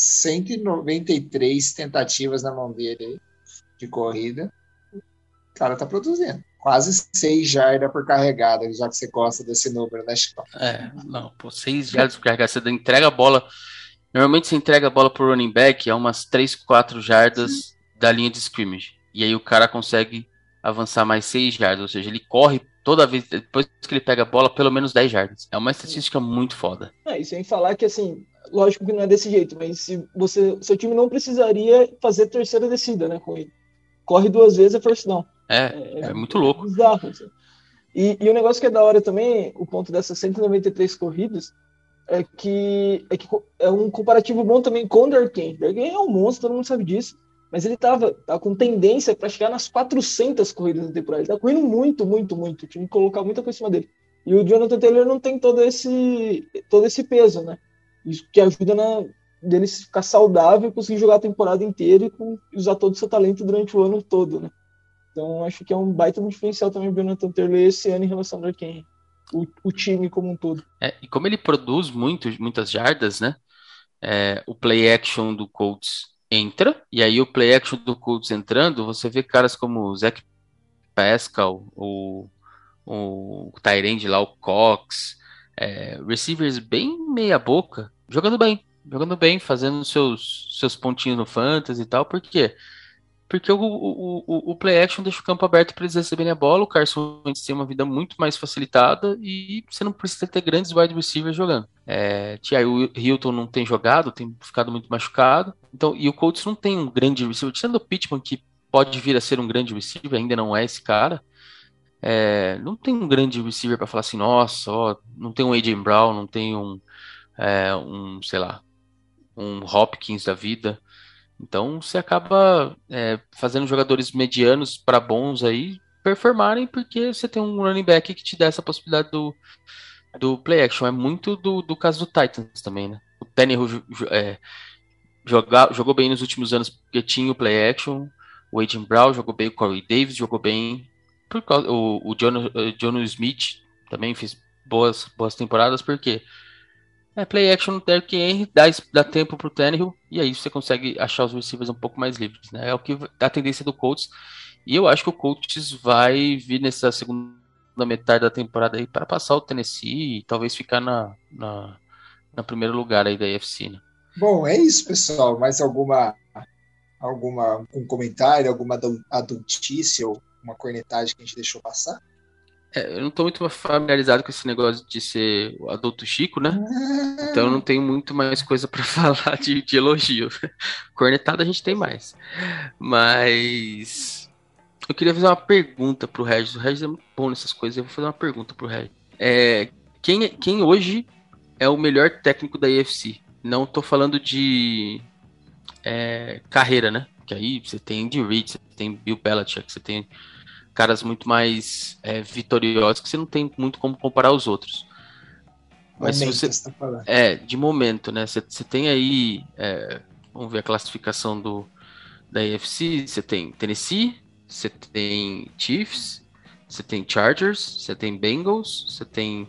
193 tentativas na mão dele de corrida. O cara tá produzindo. Quase 6 jardas por carregada, já que você gosta desse número, né, Chico? Não, 6 jardas por carregada. Você entrega a bola. Normalmente você entrega a bola pro running back a umas 3, 4 jardas da linha de scrimmage. E aí o cara consegue avançar mais 6 jardas. Ou seja, ele corre toda vez, depois que ele pega a bola, pelo menos 10 jardas. É uma estatística muito foda. E sem falar que, assim, lógico que não é desse jeito, mas se seu time não precisaria fazer terceira descida, né, com ele. Corre 2 vezes, é first down. É muito louco. Bizarro, assim. E o negócio que é da hora também, o ponto dessas 193 corridas, é que é um comparativo bom também com o Derrick Henry. Derrick Henry é um monstro, todo mundo sabe disso, mas ele tá com tendência para chegar nas 400 corridas na temporada. Ele tá correndo muito, muito, muito. Tinha que colocar muita coisa em cima dele. E o Jonathan Taylor não tem todo esse peso, né? Isso que ajuda dele ficar saudável e conseguir jogar a temporada inteira e usar todo o seu talento durante o ano todo, né? Então acho que é um baita diferencial também o Jonathan Taylor esse ano em relação ao Derrick Henry. O time como um todo. E como ele produz muitas jardas, né? O play action do Colts entra, e aí o play action do Colts entrando, você vê caras como o Zach Pascal, o Tyrande lá, o Cox, receivers bem meia boca, jogando bem, fazendo seus pontinhos no fantasy e tal. Por quê? Porque o play action deixa o campo aberto para eles receberem a bola, o Carson Wentz tem uma vida muito mais facilitada e você não precisa ter grandes wide receivers jogando. O Hilton não tem jogado, tem ficado muito machucado. Então, e o Colts não tem um grande receiver, tirando o Pittman, que pode vir a ser um grande receiver, ainda não é esse cara. Não tem um grande receiver para falar assim, nossa, não tem um A.J. Brown, não tem sei lá, um Hopkins da vida. Então você acaba fazendo jogadores medianos para bons aí performarem, porque você tem um running back que te dá essa possibilidade do play action. É muito do caso do Titans também, né? O Tannehill jogou bem nos últimos anos porque tinha o play action. O A.J. Brown jogou bem, o Corey Davis jogou bem. O Jonnu Smith também fez boas temporadas, porque play action no Derrick Henry, dá tempo pro Tannehill, e aí você consegue achar os receivers um pouco mais livres, né? É o que a tendência do Colts, e eu acho que o Colts vai vir nessa segunda metade da temporada aí para passar o Tennessee e talvez ficar na primeiro lugar aí da AFC, né? Bom, é isso, pessoal. Mais um comentário, alguma adultice ou uma cornetagem que a gente deixou passar? Eu não tô muito familiarizado com esse negócio de ser o adulto Chico, né? Então eu não tenho muito mais coisa para falar de elogio. Cornetada a gente tem mais. Mas eu queria fazer uma pergunta pro Regis. O Regis é muito bom nessas coisas. Eu vou fazer uma pergunta pro Regis. Quem hoje é o melhor técnico da AFC? Não tô falando de carreira, né? Que aí você tem Andy Reid, você tem Bill Belichick, você tem caras muito mais vitoriosos que você não tem muito como comparar os outros. Mas momento, se você tá de momento, né? Você tem aí, vamos ver a classificação da AFC. Você tem Tennessee, você tem Chiefs, você tem Chargers, você tem Bengals, você tem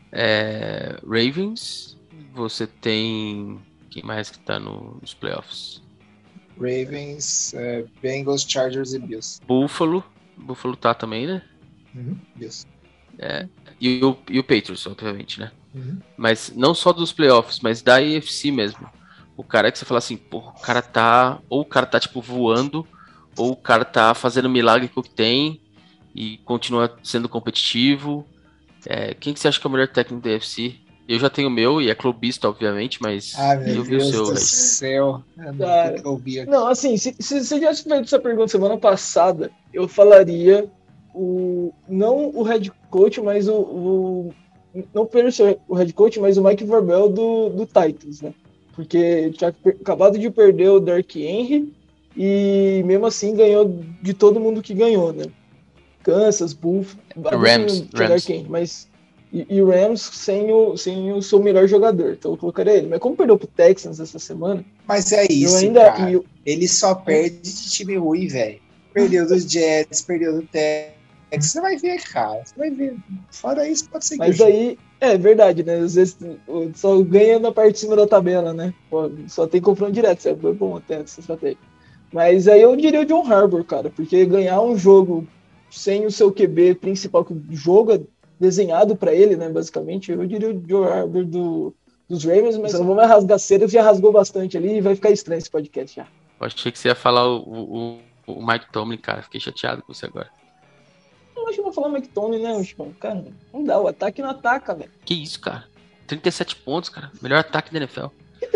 Ravens, você tem quem mais que tá nos playoffs? Ravens, Bengals, Chargers e Bills. Buffalo tá também, né? Bills. E o Patriots, obviamente, né? Mas não só dos playoffs, mas da AFC mesmo. O cara que você fala assim, pô, o cara tá tipo voando, ou o cara tá fazendo milagre com o que tem e continua sendo competitivo. Quem que você acha que é o melhor técnico da AFC? Eu já tenho o meu, e é clubista, obviamente, mas eu vi o seu. Meu Deus do céu. Não, assim, se você tivesse feito essa pergunta semana passada, eu falaria não o head coach, mas não apenas o head coach, mas o Mike Vrabel do Titans, né? Porque ele tinha acabado de perder o Derrick Henry e mesmo assim ganhou de todo mundo que ganhou, né? Kansas, Buffalo, Rams. mas e o Rams sem o seu melhor jogador, então eu colocaria ele. Mas como perdeu pro Texans essa semana... Mas é isso, cara. Ele só perde de time ruim, velho. Perdeu dos Jets, perdeu do Texans. Você vai ver, cara. Você vai ver. Fora isso, pode ser que... Mas aí, é verdade, né? Às vezes só ganha na parte de cima da tabela, né? Pô, só tem confronto direto, certo? Foi bom até essa estratégia. Mas aí eu diria o John Harbaugh, cara, porque ganhar um jogo sem o seu QB principal, que o jogo é desenhado para ele, né, basicamente, eu diria o John Harbaugh dos Ravens, mas eu não vou mais rasgar cedo, já rasgou bastante ali e vai ficar estranho esse podcast já. Eu achei que você ia falar o Mike Tomlin, cara, fiquei chateado com você agora. Eu acho que eu vou falar Mike Tomlin, né, Chipão? Cara, não dá, o ataque não ataca, velho. Que isso, cara? 37 pontos, cara, melhor ataque da NFL.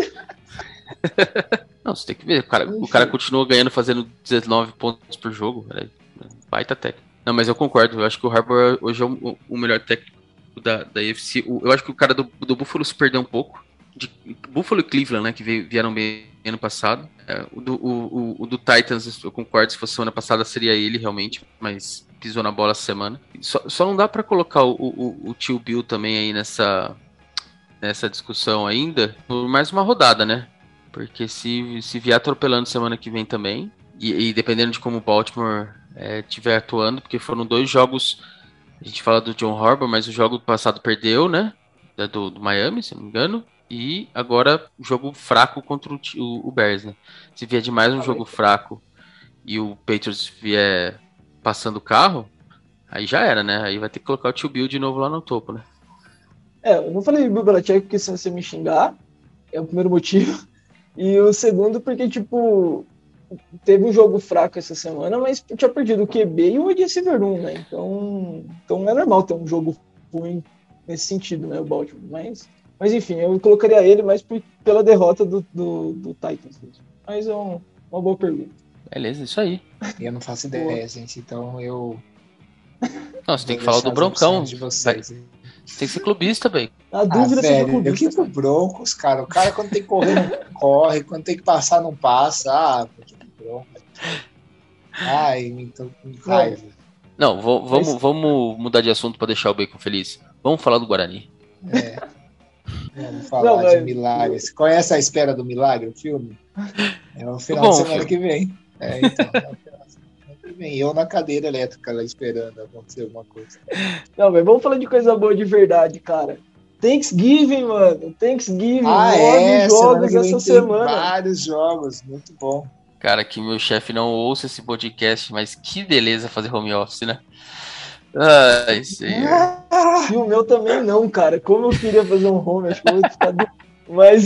Não, você tem que ver, o cara continua ganhando, fazendo 19 pontos por jogo, velho. Baita técnico. Não, mas eu concordo, eu acho que o Harbaugh hoje é o melhor técnico da AFC. Eu acho que o cara do Buffalo se perdeu um pouco. De Buffalo e Cleveland, né, que vieram bem ano passado. O do Titans, eu concordo, se fosse semana passada seria ele realmente, mas pisou na bola essa semana. Só não dá pra colocar o tio Bill também aí nessa discussão ainda, por mais uma rodada, né? Porque se vier atropelando semana que vem também, e dependendo de como o Baltimore estiver atuando, porque foram 2 jogos, a gente fala do John Harbaugh, mas o jogo passado perdeu, né? Do Miami, se não me engano. E agora jogo fraco contra o Bears, né? Se vier de mais um jogo fraco e o Patriots vier passando o carro, aí já era, né? Aí vai ter que colocar o tio Bill de novo lá no topo, né? Eu não falei Bill Belichick porque se você me xingar, é o primeiro motivo. E o segundo porque, tipo, teve um jogo fraco essa semana, mas tinha perdido o QB e o wide receiver 1, né? Então é normal ter um jogo ruim nesse sentido, né, o Baltimore. Mas enfim, eu colocaria ele mais pela derrota do Titans mesmo. Mas é uma boa pergunta. Beleza, isso aí. Eu não faço ideia, gente, então eu... Não, você tem que falar do Broncão. De vocês. Tem que ser clubista, velho. A dúvida é velho, eu que pro Broncos, cara. O cara quando tem que correr não corre, quando tem que passar não passa. Porque Broncos. Ai, então com raiva. Não, vamos mudar de assunto pra deixar o Bacon feliz. Vamos falar do Guarani. Vamos falar de milagre. Você conhece A Espera do Milagre, o filme? É o final de semana que vem. Então, eu na cadeira elétrica lá esperando acontecer alguma coisa. Não, mas vamos falar de coisa boa de verdade, cara. Thanksgiving, mano. Thanksgiving. 9 jogos essa semana. Vários jogos, muito bom. Cara, que meu chefe não ouça esse podcast, mas que beleza fazer home office, né? Ai, senhor. E o meu também não, cara. Como eu queria fazer um home, acho que eu vou ficar... Mas...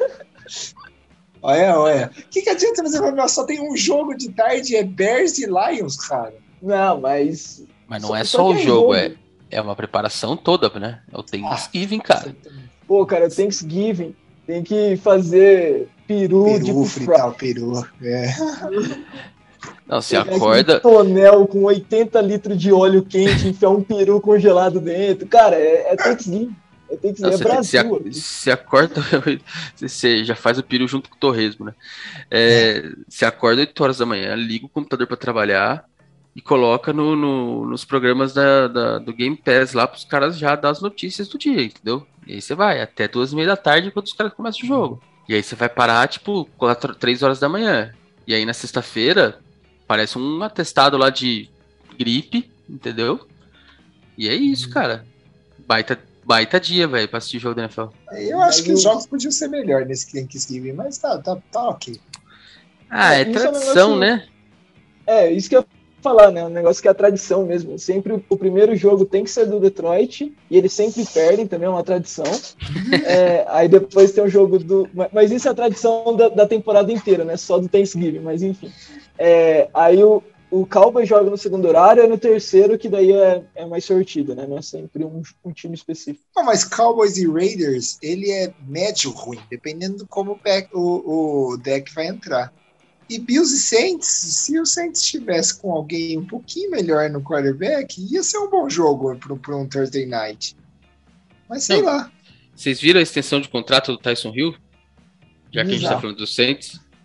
Olha. O que adianta fazer home office? Só tem um jogo de tarde, é Bears e Lions, cara. Não, mas... Mas não é só o jogo, é uma preparação toda, né? É o Thanksgiving, cara. Pô, cara, o Thanksgiving tem que fazer peru de fritar o peru. Não, você acorda... Um tonel com 80 litros de óleo quente, enfiar um peru congelado dentro. Cara, é Thanksgiving. É Brasil. Você acorda, você já faz o peru junto com o torresmo, né? Você acorda 8 horas da manhã, liga o computador para trabalhar e coloca nos programas do Game Pass lá para os caras já dar as notícias do dia, entendeu? E aí você vai até 2h30 da tarde quando os caras começam o jogo. E aí você vai parar, tipo, 3 horas da manhã. E aí na sexta-feira parece um atestado lá de gripe, entendeu? E é isso, cara. Baita dia, velho, pra assistir o jogo da NFL. Eu acho que os jogos podiam ser melhor nesse Thanksgiving, mas tá ok. É tradição, né? Isso que eu ia falar, né? Um negócio que é a tradição mesmo. Sempre o primeiro jogo tem que ser do Detroit, e eles sempre perdem, também é uma tradição. Aí depois tem o jogo do... Mas isso é a tradição da temporada inteira, né? Só do Thanksgiving, mas enfim. Aí o Cowboys joga no segundo horário, e no terceiro, que daí é mais sortido, né? Não é sempre um time específico. Não, mas Cowboys e Raiders, ele é médio ruim, dependendo de como o deck vai entrar. E Bills e Saints, se o Saints estivesse com alguém um pouquinho melhor no quarterback, ia ser um bom jogo para um Thursday Night. Mas sei lá. Vocês viram a extensão de contrato do Tyson Hill? Já que a gente tá falando do Saints.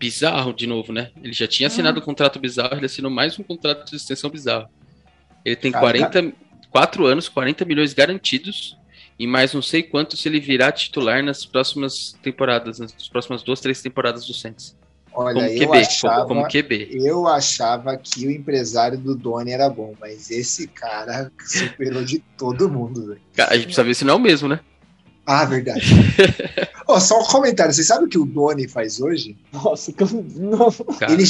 bizarro de novo, né? Ele já tinha assinado um contrato bizarro, ele assinou mais um contrato de extensão bizarro. Ele tem 4 anos, 40 milhões garantidos, e mais não sei quanto se ele virar titular nas próximas temporadas, nas próximas 2, 3 temporadas do Saints. Olha, como QB. Eu achava que o empresário do Donnie era bom, mas esse cara superou de todo mundo, velho. Cara, a gente precisa ver se não é o mesmo, né? Ah, verdade. Só um comentário. Você sabe o que o Donnie faz hoje? Nossa, ele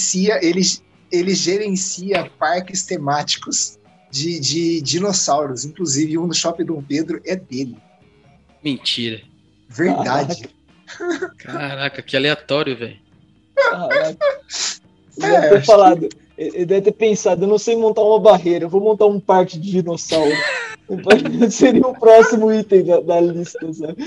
gerencia parques temáticos de dinossauros. Inclusive, um no Shopping Dom Pedro é dele. Mentira. Verdade. Caraca, que aleatório, velho. Ele deve ter falado, ele deve ter pensado, eu não sei montar uma barreira, eu vou montar um parque de dinossauro. Seria o próximo item da lista, sabe?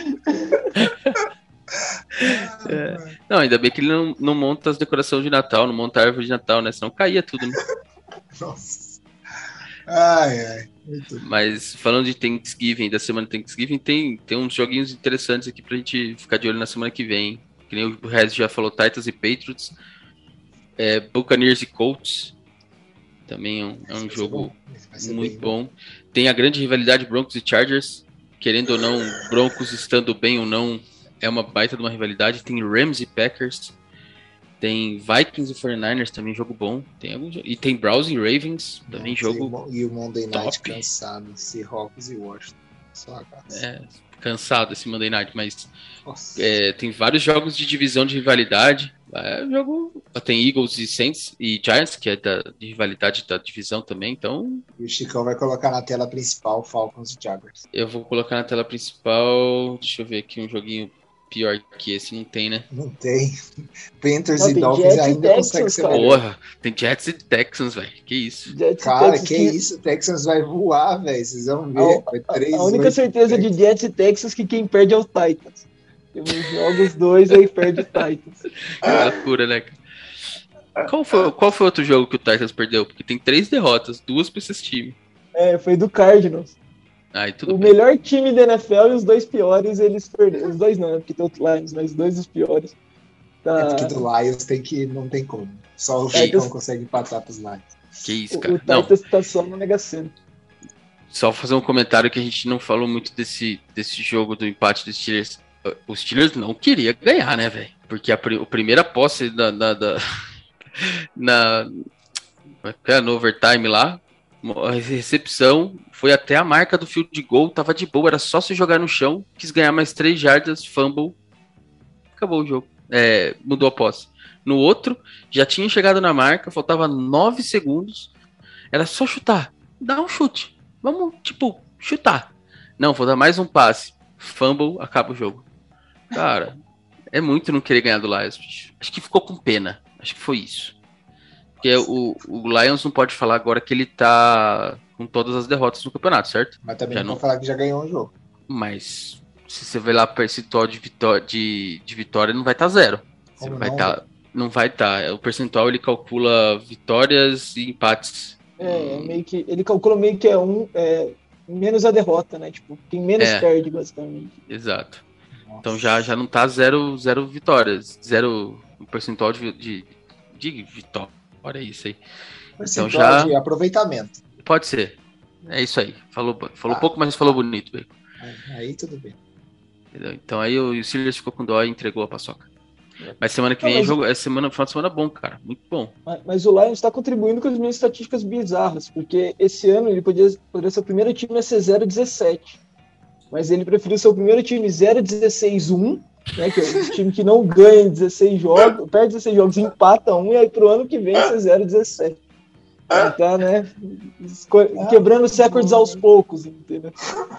Não, ainda bem que ele não monta as decorações de Natal, não monta a árvore de Natal, né? Senão caía tudo, né? Nossa. Ai. Mas falando de Thanksgiving, da semana de Thanksgiving, tem uns joguinhos interessantes aqui pra gente ficar de olho na semana que vem. Que nem o Rez já falou, Titans e Patriots. Buccaneers e Colts. Também é um jogo muito bom. Tem a grande rivalidade Broncos e Chargers. Querendo ou não, Broncos estando bem ou não, é uma baita de uma rivalidade. Tem Rams e Packers. Tem Vikings e 49ers, também jogo bom. E tem Browns e Ravens, também jogo e o Monday Night top. Cansado, Seahawks e Washington. Só cansado esse Monday Night, mas tem vários jogos de divisão de rivalidade. Tem Eagles e Saints e Giants, que é de rivalidade da divisão também, então... E o Chicão vai colocar na tela principal Falcons e Jaguars. Eu vou colocar na tela principal, deixa eu ver aqui um joguinho pior que esse, não tem, né? Não tem. Panthers e Dolphins ainda consegue ser melhor. Porra, tem Jets e Texans, velho. Que isso? Cara, que isso? O Texans vai voar, velho. Vocês vão ver. A única certeza de Jets e Texans que quem perde é o Titans. Nos jogos 2 aí perde o Titans. É loucura, né, cara? Qual foi outro jogo que o Titans perdeu? Porque tem 3 derrotas, 2 pra esses times. Foi do Cardinals. Melhor time da NFL e os 2 piores eles perderam. Os 2 não, porque tem outro Lions, mas os 2 dos piores. Porque do Lions não tem como. Só o Chicão consegue empatar pros Lions. Que isso, cara. O Titans tá só no Mega Sena. Só fazer um comentário que a gente não falou muito desse jogo do empate dos Steelers. Os Steelers não queria ganhar, né, velho? Porque a primeira posse no overtime lá, a recepção foi até a marca do field goal, tava de boa, era só se jogar no chão, quis ganhar mais 3 jardas, fumble, acabou o jogo. Mudou a posse. No outro, já tinha chegado na marca, faltava 9 segundos, era só chutar, dá um chute, vamos, chutar. Não, vou dar mais um passe, fumble, acaba o jogo. Cara, é muito não querer ganhar do Lions, bicho. Acho que ficou com pena, acho que foi isso. Porque o Lions não pode falar agora que ele tá com todas as derrotas no campeonato, certo? Mas também não pode falar que já ganhou um jogo. Mas se você ver lá o percentual de vitória, não vai estar 0. Não vai estar. O percentual ele calcula vitórias e empates. Meio que ele calcula meio que menos a derrota, né? Tipo, quem menos perde, basicamente. Exato. Nossa. Então já não tá 0 vitórias. 0 percentual de vitória. Olha isso aí. Então já de aproveitamento. Pode ser. É isso aí. Falou pouco, mas falou bonito, velho. Aí tudo bem. Entendeu? Então aí o Steelers ficou com dó e entregou a paçoca. Mas semana que vem final de semana bom, cara. Muito bom. Mas o Lions está contribuindo com as minhas estatísticas bizarras, porque esse ano ele poderia ser o primeiro time a ser 0-17. Mas ele preferiu ser o primeiro time 0-16-1, né, que é o time que não ganha em 16 jogos, perde 16 jogos e empata 1, e aí pro ano que vem ser 0-17. Tá, né? Quebrando os recordes aos poucos, entendeu?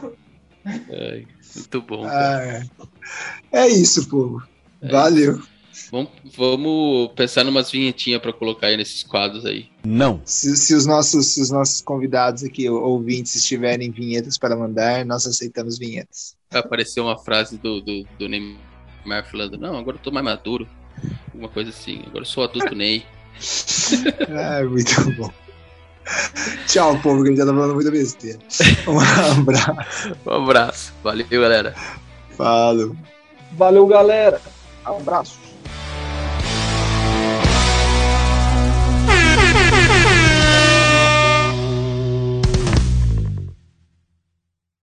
Muito bom. Cara. É isso, povo. Valeu. Vamos pensar numas vinhetinhas pra colocar aí nesses quadros aí. Não. Se os nossos convidados aqui, ouvintes, tiverem vinhetas para mandar, nós aceitamos vinhetas. Vai aparecer uma frase do Neymar falando, não, agora eu tô mais maduro. Alguma coisa assim, agora eu sou adulto Ney. Muito bom. Tchau, povo, que a gente já tá falando muita besteira. Um abraço. Um abraço. Valeu, galera. Falou. Valeu, galera. Abraço.